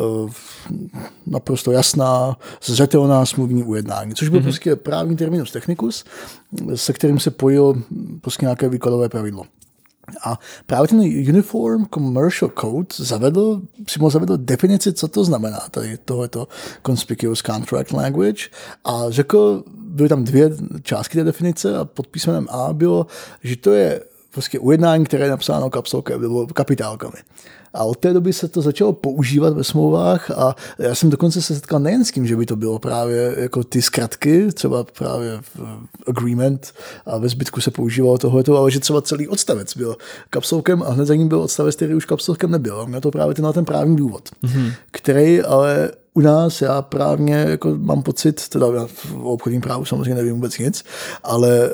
naprosto jasná, zřetelná smluvní ujednání, což byl prostě právní terminus technicus, se kterým se pojilo prostě nějaké výkladové pravidlo. A právě ten Uniform Commercial Code přímo zavedl definici, co to znamená, tady tohleto Conspicuous Contract Language, a byly tam dvě částky té definice a pod písmenem A bylo, že to je prostě ujednání, které je napsáno kapslkem nebo kapitálkami. A od té doby se to začalo používat ve smlouvách a já jsem dokonce se setkal nejen s tím, že by to bylo právě jako ty zkratky, třeba právě agreement a ve zbytku se používalo tohleto, ale že třeba celý odstavec byl kapslkem a hned za ním byl odstavec, který už kapslkem nebyl. A měl to právě ten právní důvod, který ale u nás já právně jako mám pocit, teda já v obchodním právu samozřejmě nevím vůbec nic, ale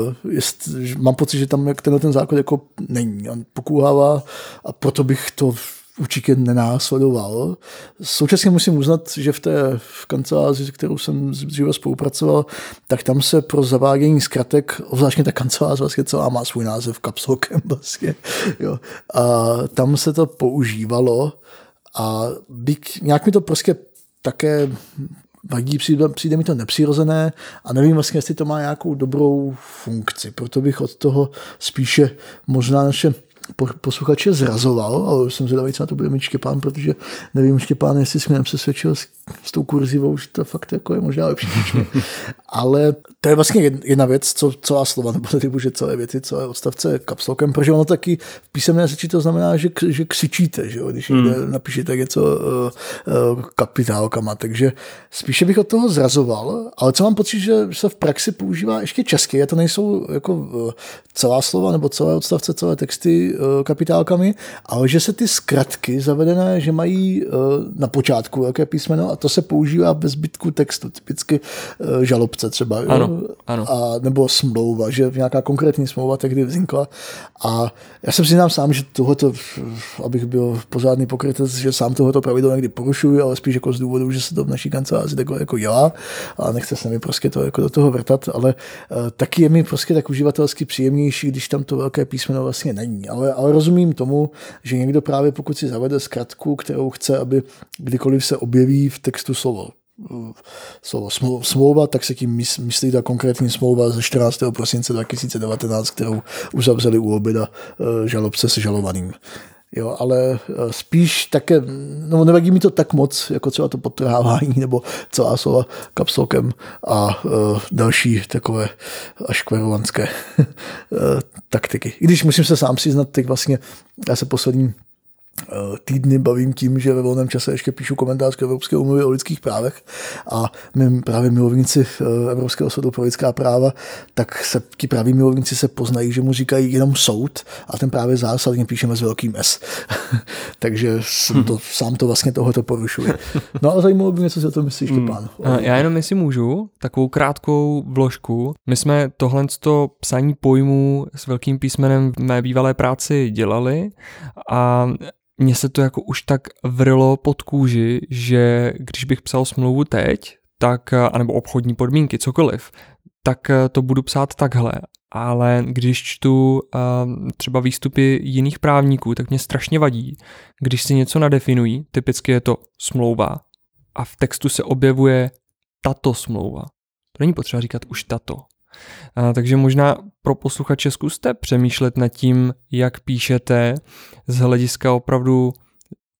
mám pocit, že tam ten základ jako není. On pokulhává a proto bych to určitě nenásledoval. Současně musím uznat, že v kanceláři, s kterou jsem dříve spolupracoval, tak tam se pro zavádění zkratek, obzvláště ta kancelář vlastně celá má svůj název kapslkem vlastně, jo. A tam se to používalo a nějak mi to prostě také vadí, přijde mi to nepřirozené a nevím vlastně, jestli to má nějakou dobrou funkci. Proto bych od toho spíše možná naše posluchače zrazoval, ale jsem zvědavý, co na to bude mít Štěpán, protože nevím, Štěpán, jestli jsi mě přesvědčil s tou kurzivou, že to fakt jako je možná lepší. Ale to je vlastně jedna věc, celá slova, nebo typu, že celé věty, celé odstavce kapslokem, protože ono taky v písemné řeči to znamená, že křičíte, že jo, když někde napíšete něco kapitálkama, takže spíše bych od toho zrazoval, ale co mám pocit, že se v praxi používá ještě česky, a to nejsou jako celá slova nebo celé odstavce, celé texty kapitálkami, ale že se ty zkratky zavedené, že mají na počátku jaké písmeno a to se používá ve zbytku textu, typicky žalobce třeba. Ano. A nebo smlouva, že nějaká konkrétní smlouva tehdy vznikla. A já jsem si znám sám, že tohoto, abych byl pořádný pokrytec, že sám tohoto pravidlo někdy porušuji, ale spíš jako z důvodu, že se to v naší kanceláři takhle jako dělá a nechce se mi prostě to jako do toho vrtat, ale taky je mi prostě tak uživatelsky příjemnější, když tam to velké písmeno vlastně není. Ale rozumím tomu, že někdo právě pokud si zavede zkratku, kterou chce, aby kdykoliv se objeví v textu slovo smlouva, tak se tím myslí ta konkrétní smlouva ze 14. prosince 2019, kterou uzavřeli u oběda žalobce se žalovaným. Jo, ale spíš také, no nevadí mi to tak moc, jako třeba to podtrhávání nebo celá slova kapslkem a další takové až kverovanské taktiky. I když musím se sám přiznat, teď vlastně já se poslední týdny bavím tím, že ve volném čase ještě píšu komentář k Evropské úmluvě o lidských právech a my právě milovníci Evropského soudu pro lidská práva, tak ti praví milovníci se poznají, že mu říkají jenom soud a ten právě zásadně píšeme s velkým S. Takže sám to vlastně tohoto porušuje. No a zajímalo by mě, co si o tom myslíš, Štěpán. Já jenom jestli můžu, takovou krátkou vložku. My jsme tohle psaní pojmů s velkým písmenem v mé bývalé práci dělali a mně se to jako už tak vrilo pod kůži, že když bych psal smlouvu teď, tak, anebo obchodní podmínky, cokoliv, tak to budu psát takhle. Ale když čtu třeba výstupy jiných právníků, tak mě strašně vadí, když si něco nadefinují, typicky je to smlouva a v textu se objevuje tato smlouva. To není potřeba říkat už tato. Takže možná pro posluchače zkuste přemýšlet nad tím, jak píšete z hlediska opravdu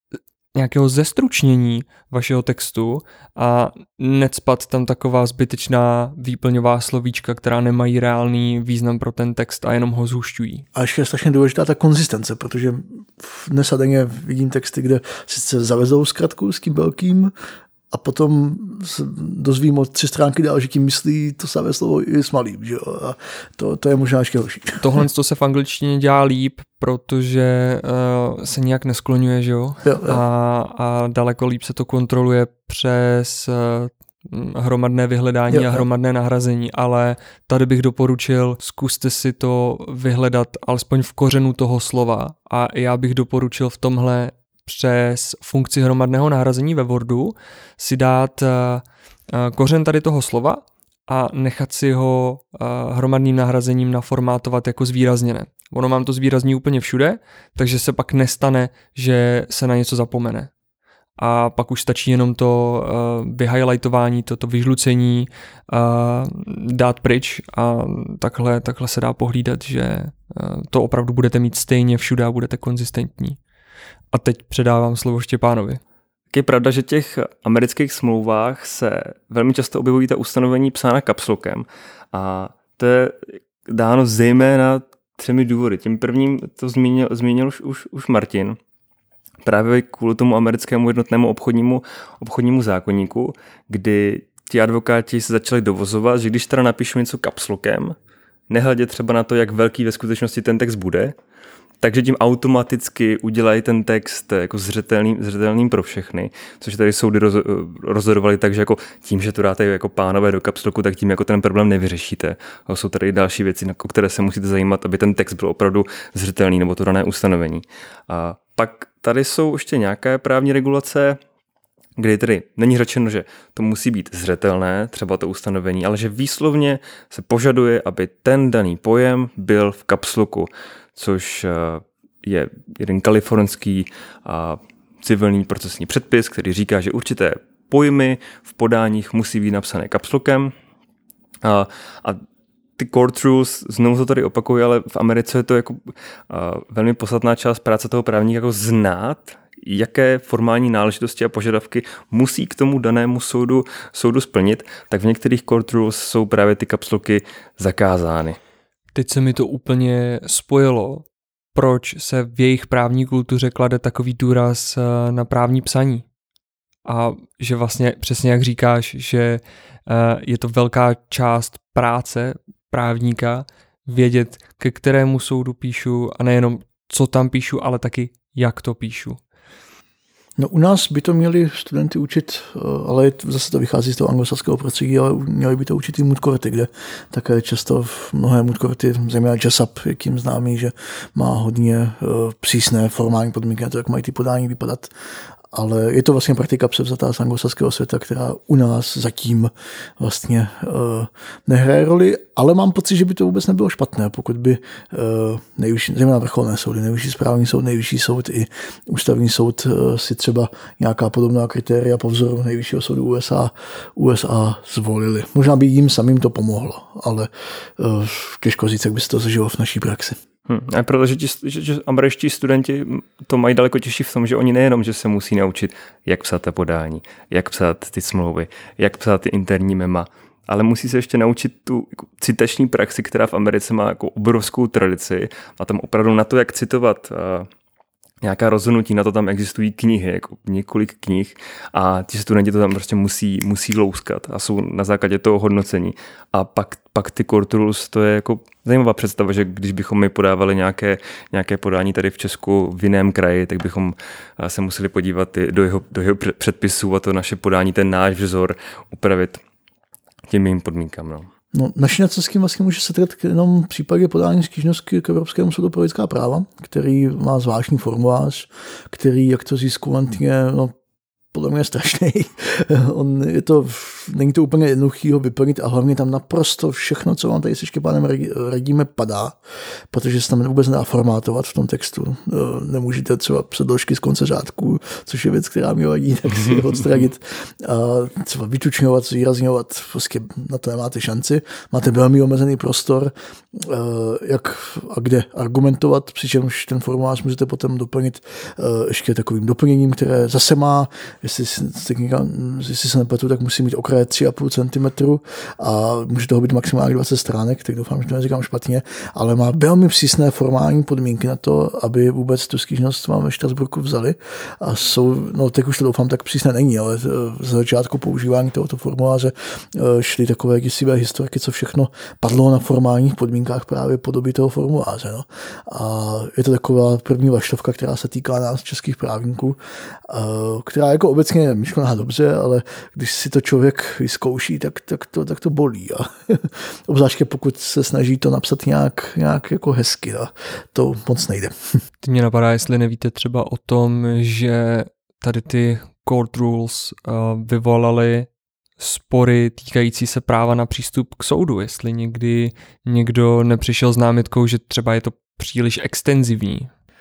nějakého zestručnění vašeho textu a necpat tam taková zbytečná výplňová slovíčka, která nemají reálný význam pro ten text a jenom ho zhušťují. A ještě je strašně důležitá ta konzistence, protože dnes a denně vidím texty, kde sice zavezou zkratku s tím velkým a potom se dozvím od 3 stránky dál, že tím myslí to samé slovo i s malým. Že jo? A to je možná ještě horší. Tohle se v angličtině dělá líp, protože se nějak neskloňuje, že jo? Jo. A daleko líp se to kontroluje přes hromadné vyhledání a hromadné nahrazení, ale tady bych doporučil, zkuste si to vyhledat alespoň v kořenu toho slova a já bych doporučil v tomhle přes funkci hromadného nahrazení ve Wordu si dát kořen tady toho slova a nechat si ho hromadným nahrazením naformátovat jako zvýrazněné. Ono vám to zvýrazní úplně všude, takže se pak nestane, že se na něco zapomene. A pak už stačí jenom to vyhighlightování, to vyžlucení dát pryč a takhle se dá pohlídat, že to opravdu budete mít stejně všude a budete konzistentní. A teď předávám slovo Štěpánovi. Je pravda, že v těch amerických smlouvách se velmi často objevují ta ustanovení psána kapslokem a to je dáno zejména 3 důvody. Tím prvním to zmínil už Martin. Právě kvůli tomu americkému jednotnému obchodnímu zákoníku, kdy ti advokáti se začali dovozovat, že když teda napíšu něco kapslokem, nehledě třeba na to, jak velký ve skutečnosti ten text bude, takže tím automaticky udělají ten text jako zřetelným pro všechny, což tady soudy rozhodovali tak, že jako tím, že to dáte jako pánové do kapsloku, tak tím jako ten problém nevyřešíte. A jsou tady další věci, o které se musíte zajímat, aby ten text byl opravdu zřetelný nebo to dané ustanovení. A pak tady jsou ještě nějaké právní regulace, kdy tedy není řečeno, že to musí být zřetelné, třeba to ustanovení, ale že výslovně se požaduje, aby ten daný pojem byl v kapsloku, což je jeden kalifornský civilní procesní předpis, který říká, že určité pojmy v podáních musí být napsané kapslokem a ty court rules, znovu to tady opakuju, ale v Americe je to jako velmi podstatná část práce toho právníka jako znát, jaké formální náležitosti a požadavky musí k tomu danému soudu splnit, tak v některých court rules jsou právě ty kapsloky zakázány. Teď se mi to úplně spojilo, proč se v jejich právní kultuře klade takový důraz na právní psaní. A že vlastně přesně jak říkáš, že je to velká část práce právníka vědět, ke kterému soudu píšu a nejenom co tam píšu, ale taky jak to píšu. No u nás by to měli studenti učit, ale zase to vychází z toho anglosaského prostředí, ale měli by to učit i moodcourty, kde také často v mnohé moodcourty, zejména Jessup, je tím známý, že má hodně přísné formální podmínky na to, jak mají ty podání vypadat. Ale je to vlastně praktika převzatá z anglosaského světa, která u nás zatím vlastně nehraje roli, ale mám pocit, že by to vůbec nebylo špatné, pokud by nejvyšší, zejména vrcholné soudy, nejvyšší správní soud, nejvyšší soud i ústavní soud si třeba nějaká podobná kritéria po vzoru nejvyššího soudu USA zvolili. Možná by jim samým to pomohlo, ale těžko říct, jak by se to zažilo v naší praxi. A protože že američtí studenti to mají daleko těžší v tom, že oni nejenom, že se musí naučit, jak psát ta podání, jak psát ty smlouvy, jak psát ty interní mema, ale musí se ještě naučit tu citační praxi, která v Americe má jako obrovskou tradici a tam opravdu na to, jak citovat nějaká rozhodnutí, na to tam existují knihy, jako několik knih a ti studenti to tam prostě musí louskat a jsou na základě toho hodnocení. A pak ty court rules, to je jako zajímavá představa, že když bychom my podávali nějaké podání tady v Česku v jiném kraji, tak bychom se museli podívat do jeho předpisů a to naše podání, ten náš vzor upravit těm jejím podmínkám. No, naši s tím vlastně může setkat jenom v případě podání stížnosti k Evropskému soudu pro lidská práva, který má zvláštní formulář, který, jak to říct kulantně, podle mě je strašný. Je to není to úplně jednoduchý ho vyplnit a hlavně tam naprosto všechno, co vám tady se Štěpánem radíme, padá, protože se tam vůbec nedá formátovat v tom textu. Nemůžete třeba předložky z konce řádků, což je věc, která mi vadí, tak si je odstranit. Třeba vytučňovat, zvýrazňovat, prostě na to nemáte šanci. Máte velmi omezený prostor, jak a kde argumentovat, přičemž ten formulář můžete potom doplnit ještě takovým doplněním, které zase má, jestli se nepletu, tak musí mít okraje 3,5 cm a může toho být maximálně 20 stránek, tak doufám, že to neříkám špatně, ale má velmi přísné formální podmínky na to, aby vůbec tu stížnost vám ve Štrasburku vzali a jsou, no teď už to doufám, tak přísné není, ale z začátku používání tohoto formuláře šly takové děsivé historky, co všechno padlo na formálních podmínkách právě podoby toho formuláře. No. A je to taková první vlaštovka, která se týká nás, českých právníků, která jako obecně je myšlená dobře, ale když si to člověk vyzkouší, tak to bolí. A obzvláště pokud se snaží to napsat nějak jako hezky, a to moc nejde. Teď mě napadá, jestli nevíte třeba o tom, že tady ty court rules vyvolaly spory týkající se práva na přístup k soudu, jestli někdy někdo nepřišel s námitkou, že třeba je to příliš extenzivní.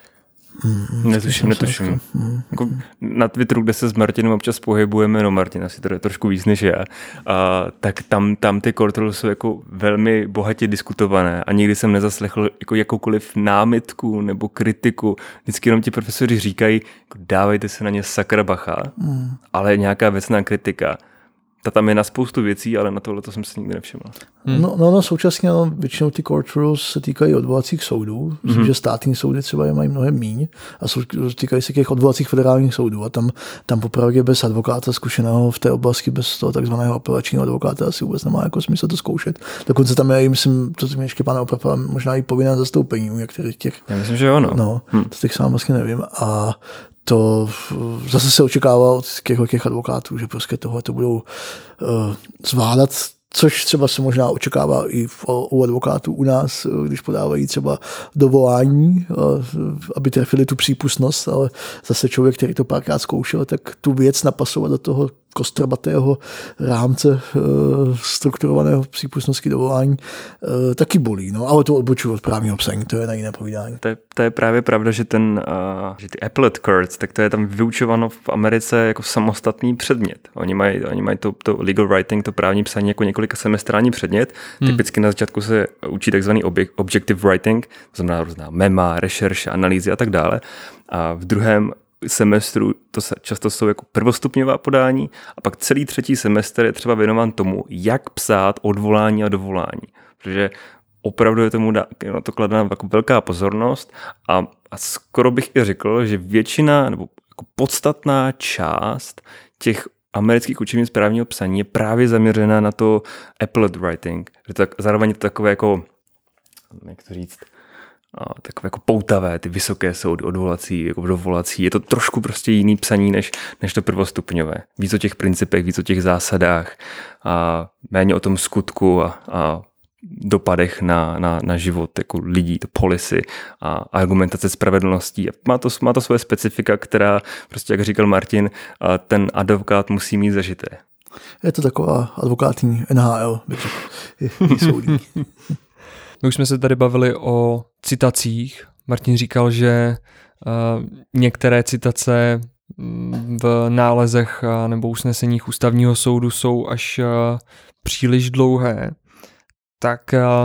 Netuším. Jako na Twitteru, kde se s Martinem občas pohybujeme, no Martin asi to je trošku víc než já, tak tam ty court rules jsou jako velmi bohatě diskutované a nikdy jsem nezaslechl jako jakoukoliv námitku nebo kritiku. Vždycky jenom ti profesoři říkají, jako dávejte se na ně sakra bacha, ale nějaká věcná kritika. Ta tam je na spoustu věcí, ale na tohle to jsem se nikdy nevšiml. No, současně většinou ty court rules se týkají odvolacích soudů. Myslím, že státní soudy třeba je mají mnohem míň a týkají se těch odvolacích federálních soudů a tam popravdě bez advokáta zkušeného v té oblasti, bez toho takzvaného apelačního advokáta asi vůbec nemá jako smysl to zkoušet. Dokonce tam je, myslím, to mě ještě pana opravila, možná i povinné zastoupení u některých těch. Já myslím, že jo, no. To těch sám vlastně nevím. A to zase se očekává od těch advokátů, že prostě tohle to budou zvládat, což třeba se možná očekává i u advokátů u nás, když podávají třeba dovolání, aby trefili tu přípustnost, ale zase člověk, který to párkrát zkoušel, tak tu věc napasovat do toho kostrbatého rámce strukturovaného přípustnosti dovolání taky bolí. No, ale to odbočuji od právního psaní, to je na jiné povídání. To je právě pravda, že že ty appellate courts, tak to je tam vyučováno v Americe jako samostatný předmět. Oni mají to legal writing, to právní psaní jako několika semestrální předmět. Typicky na začátku se učí takzvaný objective writing, to znamená různá mema, rešerše, analýzy a tak dále. A v druhém semestru to často jsou jako prvostupňová podání a pak celý třetí semestr je třeba věnován tomu, jak psát odvolání a dovolání. Protože opravdu je tomu na to kladena jako velká pozornost a skoro bych i řekl, že většina nebo jako podstatná část těch amerických učebnic právního psaní je právě zaměřená na to appellate writing. Zároveň je to takové jako, jak to říct, takové jako poutavé, ty vysoké soudy, odvolací, jako dovolací. Je to trošku prostě jiný psaní než to prvostupňové. Víc o těch principech, víc o těch zásadách a méně o tom skutku a dopadech na život jako lidí, to policy a argumentace spravedlností. Má to svoje specifika, která prostě, jak říkal Martin, ten advokát musí mít zažité. Je to taková advokátní NHL, soudní. My už jsme se tady bavili o citacích. Martin říkal, že některé citace v nálezech nebo usneseních ústavního soudu jsou až příliš dlouhé. Tak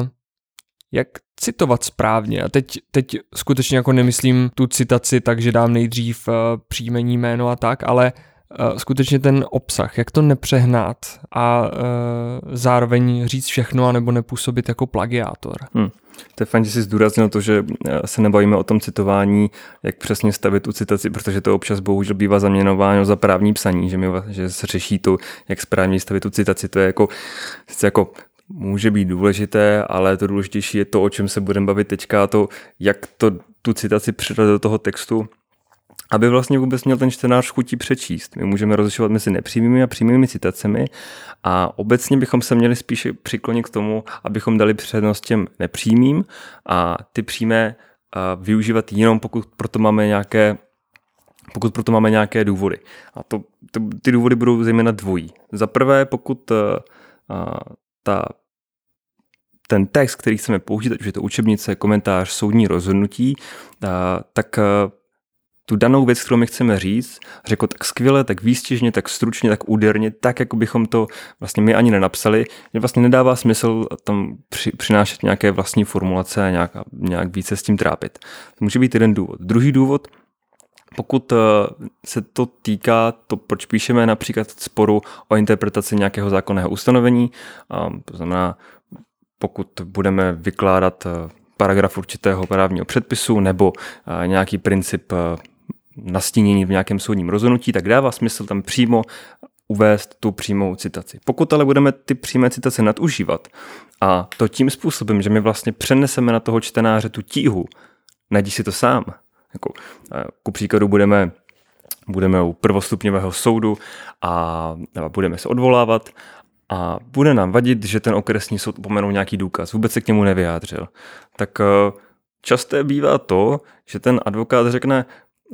jak citovat správně? A teď skutečně jako nemyslím tu citaci tak, že dám nejdřív příjmení, jméno a tak, ale skutečně ten obsah, jak to nepřehnat a zároveň říct všechno, anebo nepůsobit jako plagiátor. To je fajn, že jsi zdůraznil to, že se nebavíme o tom citování, jak přesně stavit tu citaci, protože to občas bohužel bývá zaměňováno za právní psaní, že se řeší to, jak správně stavit tu citaci. To je jako může být důležité, ale to důležitější je to, o čem se budeme bavit teďka, to, jak tu citaci přidat do toho textu, aby vlastně vůbec měl ten čtenář chutí přečíst. My můžeme rozlišovat mezi nepřímými a přímými citacemi a obecně bychom se měli spíše přiklonit k tomu, abychom dali přednost těm nepřímým a ty přímé využívat jenom pokud proto máme nějaké pokud proto máme nějaké důvody. A ty důvody budou zejména dvojí. Za prvé, pokud ten text, který chceme použít, ať už je to učebnice, komentář, soudní rozhodnutí, tak tu danou věc, kterou my chceme říct, řekl tak skvěle, tak výstižně, tak stručně, tak úderně, tak, jako bychom to vlastně my ani nenapsali, že vlastně nedává smysl tam přinášet nějaké vlastní formulace a nějak více s tím trápit. To může být jeden důvod. Druhý důvod, pokud se to týká, to proč píšeme například sporu o interpretaci nějakého zákonného ustanovení, to znamená, pokud budeme vykládat paragraf určitého právního předpisu nebo nějaký princip nastínění v nějakém soudním rozhodnutí, tak dává smysl tam přímo uvést tu přímou citaci. Pokud ale budeme ty přímé citace nadužívat a to tím způsobem, že my vlastně přeneseme na toho čtenáře tu tíhu, najdi si to sám. Ku příkladu budeme u prvostupňového soudu a budeme se odvolávat a bude nám vadit, že ten okresní soud opomenul nějaký důkaz, vůbec se k němu nevyjádřil. Tak časté bývá to, že ten advokát řekne,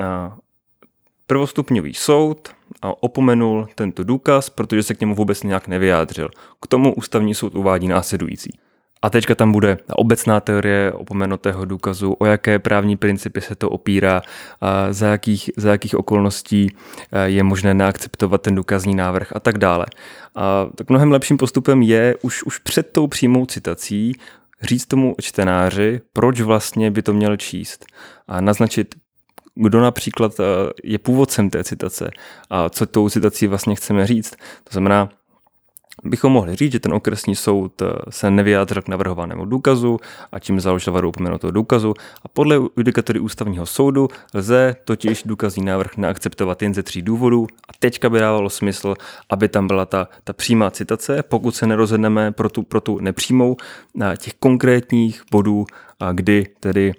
prvostupňový soud opomenul tento důkaz, protože se k němu vůbec nějak nevyjádřil. K tomu ústavní soud uvádí následující. A teďka tam bude obecná teorie opomenutého důkazu, o jaké právní principy se to opírá, za jakých okolností je možné neakceptovat ten důkazní návrh a tak dále. A tak mnohem lepším postupem je už před tou přímou citací říct tomu čtenáři, proč vlastně by to měl číst a naznačit, kdo například je původcem té citace a co tou citací vlastně chceme říct. To znamená, bychom mohli říct, že ten okresní soud se nevyjádřil k navrhovanému důkazu a tím založil vadu opomenutého důkazu a podle judikatury ústavního soudu lze totiž důkazní návrh neakceptovat jen ze 3 důvodů a teďka by dávalo smysl, aby tam byla ta přímá citace, pokud se nerozhodneme pro tu nepřímou těch konkrétních bodů, kdy tedy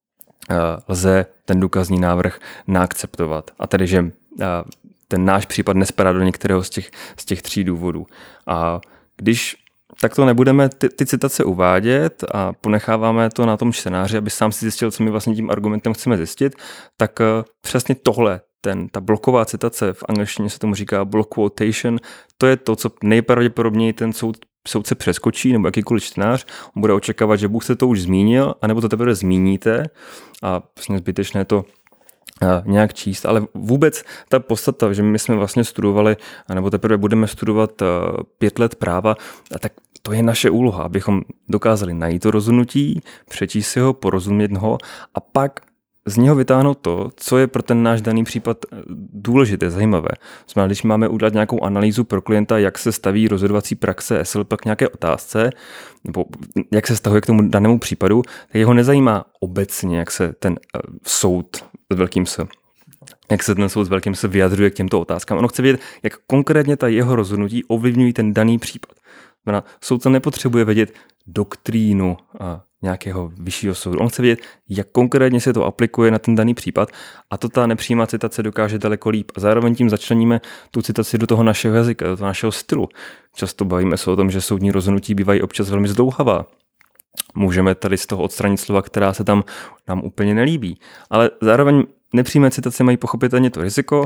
lze ten důkazní návrh neakceptovat. A tedy, že ten náš případ nespadá do některého z těch 3 důvodů. A když takto nebudeme ty citace uvádět a ponecháváme to na tom čtenáři, aby sám si zjistil, co my vlastně tím argumentem chceme zjistit, tak přesně tohle, ta bloková citace, v angličtině se tomu říká block quotation, to je to, co nejpravděpodobněji ten soudce přeskočí, nebo jakýkoliv čtenář, on bude očekávat, že Bůh se to už zmínil, anebo to teprve zmíníte a vlastně zbytečné to nějak číst, ale vůbec ta podstata, že my jsme vlastně studovali, nebo teprve budeme studovat 5 let práva, tak to je naše úloha, abychom dokázali najít to rozhodnutí, přečíst si ho, porozumět ho a pak z něho vytáhnout to, co je pro ten náš daný případ důležité, zajímavé. Znamená, když máme udělat nějakou analýzu pro klienta, jak se staví rozhodovací praxe SLP k nějaké otázce, nebo jak se vztahuje k tomu danému případu, tak jeho nezajímá obecně, jak se ten soud s velkým S, jak se ten soud s velkým S vyjadřuje k těmto otázkám. Ono chce vědět, jak konkrétně ta jeho rozhodnutí ovlivňují ten daný případ. Znamená, soudce nepotřebuje vědět doktrínu nějakého vyššího soudu. On chce vědět, jak konkrétně se to aplikuje na ten daný případ a to ta nepřímá citace dokáže daleko líp. A zároveň tím začleníme tu citaci do toho našeho jazyka, do toho našeho stylu. Často bavíme se o tom, že soudní rozhodnutí bývají občas velmi zdlouhavá. Můžeme tady z toho odstranit slova, která se tam nám úplně nelíbí. Ale zároveň nepřímé citace mají pochopitelně to riziko,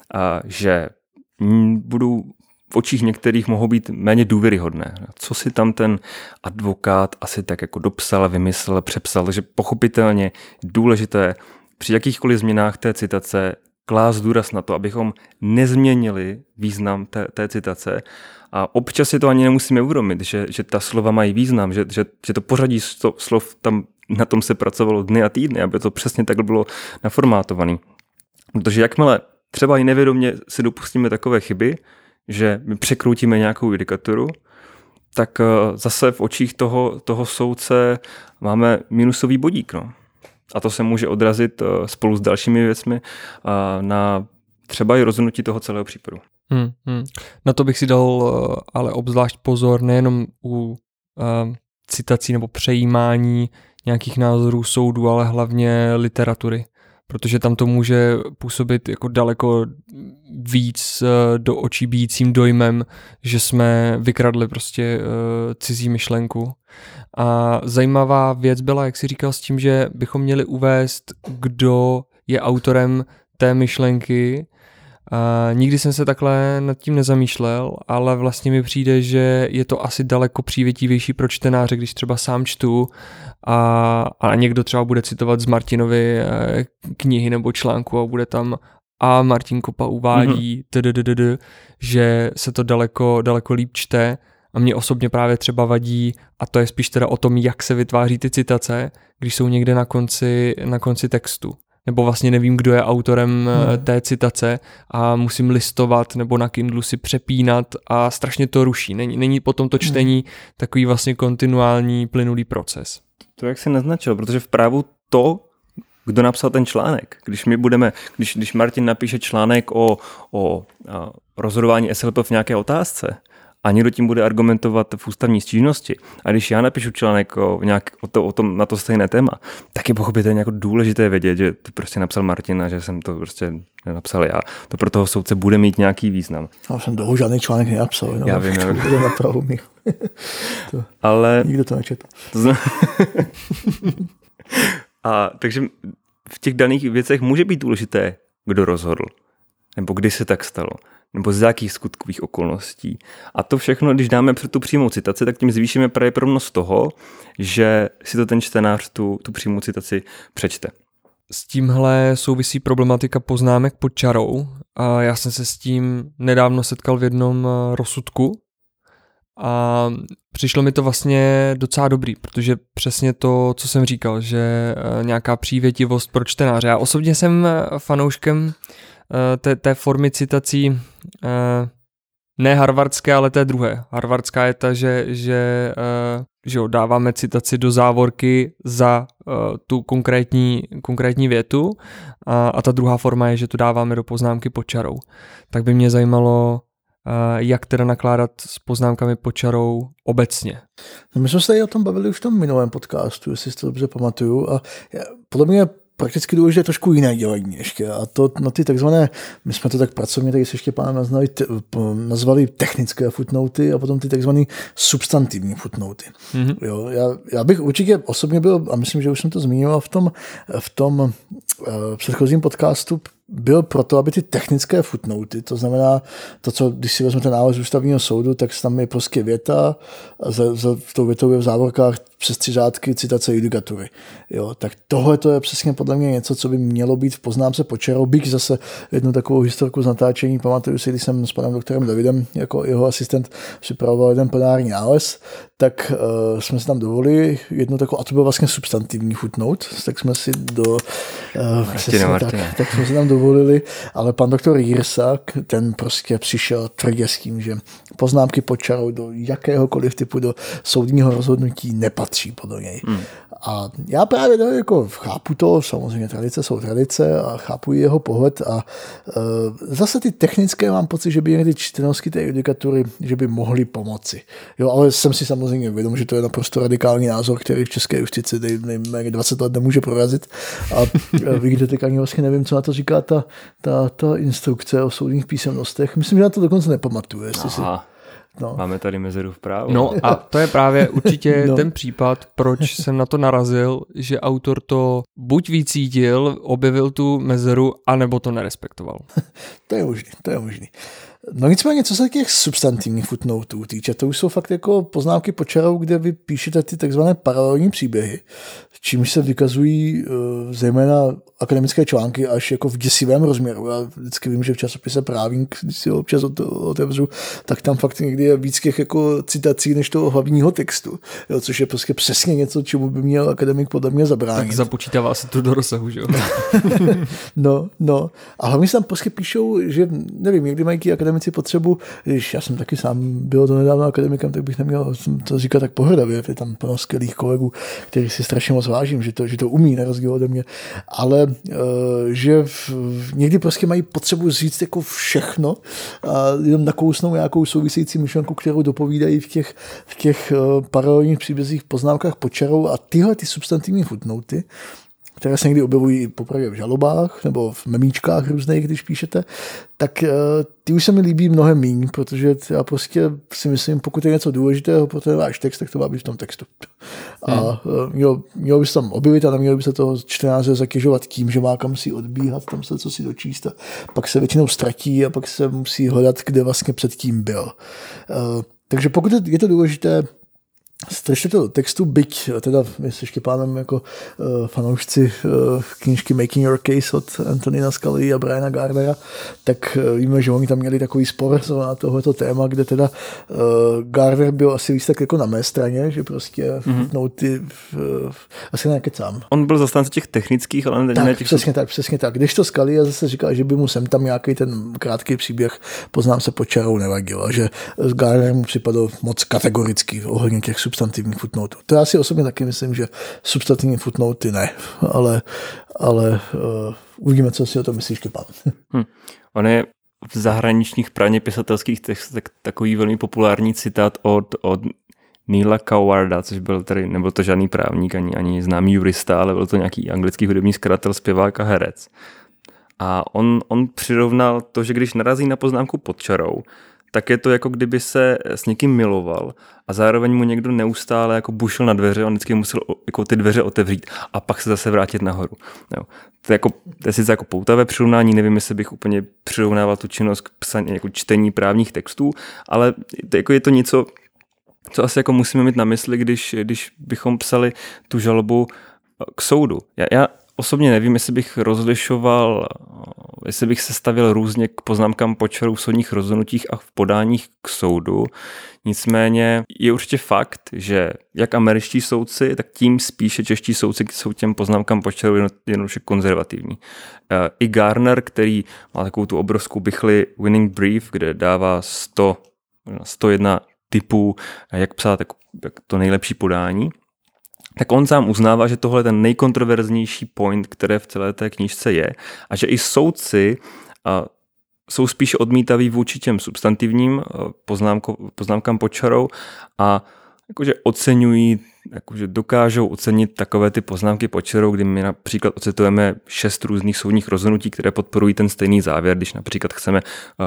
že budou v očích některých mohou být méně důvěryhodné. Co si tam ten advokát asi tak jako dopsal, vymyslel, přepsal, takže pochopitelně důležité při jakýchkoliv změnách té citace klást důraz na to, abychom nezměnili význam té citace a občas si to ani nemusíme uvědomit, že ta slova mají význam, že to pořadí slov tam na tom se pracovalo dny a týdny, aby to přesně tak bylo naformátované. Protože jakmile třeba i nevědomě si dopustíme takové chyby, že my překroutíme nějakou judikaturu, tak zase v očích toho soudce máme minusový bodík. No. A to se může odrazit spolu s dalšími věcmi na třeba i rozhodnutí toho celého případu. Na to bych si dal ale obzvlášť pozor nejenom u citací nebo přejímání nějakých názorů soudu, ale hlavně literatury. Protože tam to může působit jako daleko víc do očí bijícím dojmem, že jsme vykradli prostě cizí myšlenku. A zajímavá věc byla, jak jsi říkal, s tím, že bychom měli uvést, kdo je autorem té myšlenky. Nikdy jsem se takhle nad tím nezamýšlel, ale vlastně mi přijde, že je to asi daleko přívětivější pro čtenáře, když třeba sám čtu a někdo třeba bude citovat z Martinovy knihy nebo článku a bude tam a Martin Kopa uvádí, že se to daleko líp čte. A mě osobně právě třeba vadí, a to je spíš teda o tom, jak se vytváří ty citace, když jsou někde na konci textu. Nebo vlastně nevím, kdo je autorem té citace a musím listovat nebo na Kindlu si přepínat a strašně to ruší. Není potom to čtení takový vlastně kontinuální, plynulý proces. To jak jsi naznačil, protože v právu to, kdo napsal ten článek. Když Martin napíše článek o rozhodování SLP v nějaké otázce, a někdo tím bude argumentovat v ústavní stížnosti. A když já napíšu článek na to stejné téma, tak je pochopitelně jako důležité vědět, že to prostě napsal Martin a že jsem to prostě nenapsal já. To pro toho soudce bude mít nějaký význam. Já jsem dlouho žádný článek nenapsal. Já vím. Ale nikdo to nečetl. Takže v těch daných věcech může být důležité, kdo rozhodl. Nebo kdy se tak stalo. Nebo z jakých skutkových okolností. A to všechno, když dáme před tu přímou citaci, tak tím zvýšíme pravděpodobnost toho, že si to ten čtenář tu přímou citaci přečte. S tímhle souvisí problematika poznámek pod čarou. A já jsem se s tím nedávno setkal v jednom rozsudku a přišlo mi to vlastně docela dobrý, protože přesně to, co jsem říkal, že nějaká přívětivost pro čtenáře. Já osobně jsem fanouškem té formy citací, ne harvardské, ale té druhé. Harvardská je ta, že dáváme citaci do závorky za tu konkrétní větu a ta druhá forma je, že to dáváme do poznámky pod čarou. Tak by mě zajímalo, jak teda nakládat s poznámkami pod čarou obecně. My jsme se tady o tom bavili už v tom minulém podcastu, jestli si to dobře pamatuju, a podle mě prakticky důležité trošku jiné dělení ještě. A to na ty takzvané, my jsme to tak pracovně tady se Štěpánem nazvali technické footnoty a potom ty takzvané substantivní footnoty. Mm-hmm. Jo, já bych určitě osobně byl, a myslím, že už jsem to zmiňoval v tom předchozím podcastu, byl proto, aby ty technické footnoty, to znamená to, co když si vezmete nález ústavního soudu, tak tam je prostě věta a za tou větou je v závorkách přes 3 řádky citace judikatury. Jo, tak tohle to je přesně podle mě něco, co by mělo být v poznámce pod čarou. Bych zase jednu takovou historku z natáčení, pamatuju si, když jsem s panem doktorem Davidem jako jeho asistent připravoval jeden plenární nález, tak jsme si tam dovolili jednu takovou, a to byl vlastně substantivní footnote, tak jsme si tak jsme si tam dovolili, ale pan doktor Jirsa, ten prostě přišel tvrdě s tím, že poznámky pod čarou do jakéhokoliv typu do soudního rozhodnutí nepatří podle něj. A já právě jako chápu to, samozřejmě tradice jsou tradice a chápu jeho pohled a zase ty technické mám pocit, že by někdy čtenosti té judikatury, že by mohly pomoci. Jo, ale jsem si samozřejmě vědom, že to je naprosto radikální názor, který v české justici nejméně 20 let nemůže prorazit a vy teď ani vlastně nevím, co na to říká ta instrukce o soudních písemnostech. Myslím, že na to dokonce nepamatuje. Máme tady mezeru v právu. No a to je právě určitě ten případ, proč jsem na to narazil, že autor to buď vycítil, objevil tu mezeru, anebo to nerespektoval. To je možný. No nicméně, co se těch substantivních footnotů týče, to už jsou fakt jako poznámky pod čarou, kde vy píšete ty takzvané paralelní příběhy, čímž se vykazují zejména akademické články až jako v děsivém rozměru. Já vždycky vím, že v časopise Právník, když si ho občas otevřu, tak tam fakt někdy je víc těch jako citací než toho hlavního textu, jo, což je prostě přesně něco, čemu by měl akademik podle mě zabránit. Tak započítává se to do rozsahu, že jo? No. A hlavně se tam prostě píšou, že nevím, někdy mají ti akademici potřebu, když já jsem taky sám byl to nedávno akademikem, tak bych neměl to říkat tak pohrdavě, je tam plno skvělých kolegů, kterých si strašně moc vážím, že to umí na rozdíl ode mě, ale že někdy prostě mají potřebu říct jako všechno a jenom nakousnou nějakou související myšlenku, kterou dopovídají v těch paralelních příbězích poznámkách pod čarou a tyhle ty substantivní footnoty, které se někdy objevují popravdě v žalobách nebo v memíčkách různých, když píšete, tak ty už se mi líbí mnohem míň, protože já prostě si myslím, pokud je něco důležitého pro ten váš text, tak to má být v tom textu. A mělo by se tam objevit a nemělo by se toho čtenáře zatěžovat tím, že má kam si odbíhat, tam se co si dočíst a pak se většinou ztratí a pak se musí hledat, kde vlastně předtím byl. Takže pokud je to důležité, strčte to do textu, byť teda my se Štěpánem jako fanoušci knížky Making Your Case od Antonina Scalia a Briana Gardnera, tak víme, že oni tam měli takový spor na tohleto téma, kde teda Gardner byl asi víc tak jako na mé straně, že prostě footnoty asi nekecám. On byl zastánce těch technických, ale ne těch... Přesně tak. Když to Scalia zase říká, že by mu sem tam nějaký ten krátký příběh poznám se pod čarou nevadil a že Gardner mu připadl moc kategorický ohledně těch substantivních footnotů. To já si osobně taky myslím, že substantivní footnoty ne, ale uvidíme, co si o tom myslíš, Štěpán. On je v zahraničních právně pisatelských textech takový velmi populární citát od Neila Cowarda, což byl tady, nebyl to žádný právník, ani známý jurista, ale byl to nějaký anglický hudební skladatel, zpěvák a herec. A on přirovnal to, že když narazí na poznámku pod čarou, tak je to jako kdyby se s někým miloval a zároveň mu někdo neustále jako bušil na dveře, on vždycky musel jako ty dveře otevřít a pak se zase vrátit nahoru. Jo. To je sice jako poutavé přirovnání, nevím, jestli bych úplně přirovnával tu činnost k psaní, jako čtení právních textů, ale je to něco, co asi jako musíme mít na mysli, když bychom psali tu žalobu k soudu. Já osobně nevím, jestli bych rozlišoval, jestli bych se stavil různě k poznámkám pod čarou v soudních rozhodnutích a v podáních k soudu. Nicméně je určitě fakt, že jak američtí soudci, tak tím spíše čeští soudci jsou těm poznámkám pod čarou jednoduše konzervativní. I Gardner, který má takovou tu obrovskou bychli Winning Brief, kde dává 101 typů, jak psát jak to nejlepší podání, tak on sám uznává, že tohle je ten nejkontroverznější point, které v celé té knížce je a že i soudci jsou spíše odmítaví vůči těm substantivním poznámkám pod čarou a jakože oceňují, jakože dokážou ocenit takové ty poznámky pod čarou, kdy my například ocitujeme 6 různých soudních rozhodnutí, které podporují ten stejný závěr, když například chceme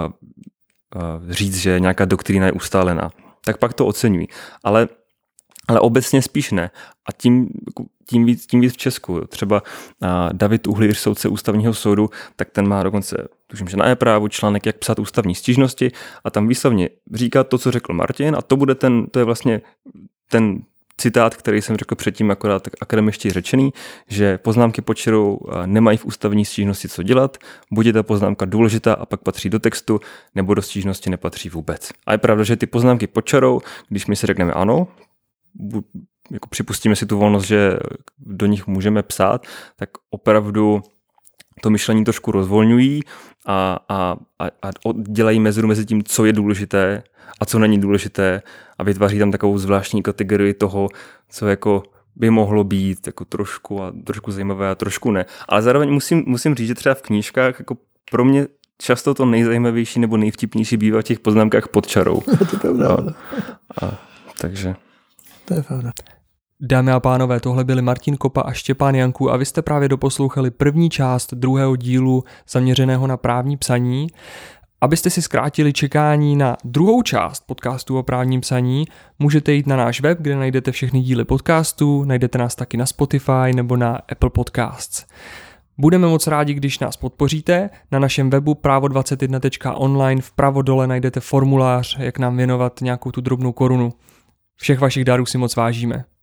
říct, že nějaká doktrína je ustálená, tak pak to oceňují. Ale obecně spíš ne. A tím víc v Česku. Třeba David Uhlíř, soudce ústavního soudu, tak ten má dokonce, tuším, že na e-právu článek, jak psát ústavní stížnosti a tam výslovně říká to, co řekl Martin a to je vlastně ten citát, který jsem řekl předtím, akorát tak akademičtě řečený, že poznámky pod čarou nemají v ústavní stížnosti co dělat, buď je ta poznámka důležitá a pak patří do textu, nebo do stížnosti nepatří vůbec. A je pravda, že ty poznámky pod čarou, když my si řekneme ano, jako připustíme si tu volnost, že do nich můžeme psát, tak opravdu to myšlení trošku rozvolňují a dělají mezeru mezi tím, co je důležité a co není důležité a vytváří tam takovou zvláštní kategorii toho, co jako by mohlo být jako trošku zajímavé a trošku ne. Ale zároveň musím říct, že třeba v knížkách jako pro mě často to nejzajímavější nebo nejvtipnější bývá v těch poznámkách pod čarou. To je pravda. Takže... To je pravda. Dámy a pánové, tohle byli Martin Kopa a Štěpán Janků a vy jste právě doposlouchali první část druhého dílu zaměřeného na právní psaní. Abyste si zkrátili čekání na druhou část podcastu o právním psaní, můžete jít na náš web, kde najdete všechny díly podcastu, najdete nás taky na Spotify nebo na Apple Podcasts. Budeme moc rádi, když nás podpoříte. Na našem webu pravo21.online vpravo dole najdete formulář, jak nám věnovat nějakou tu drobnou korunu. Všech vašich darů si moc vážíme.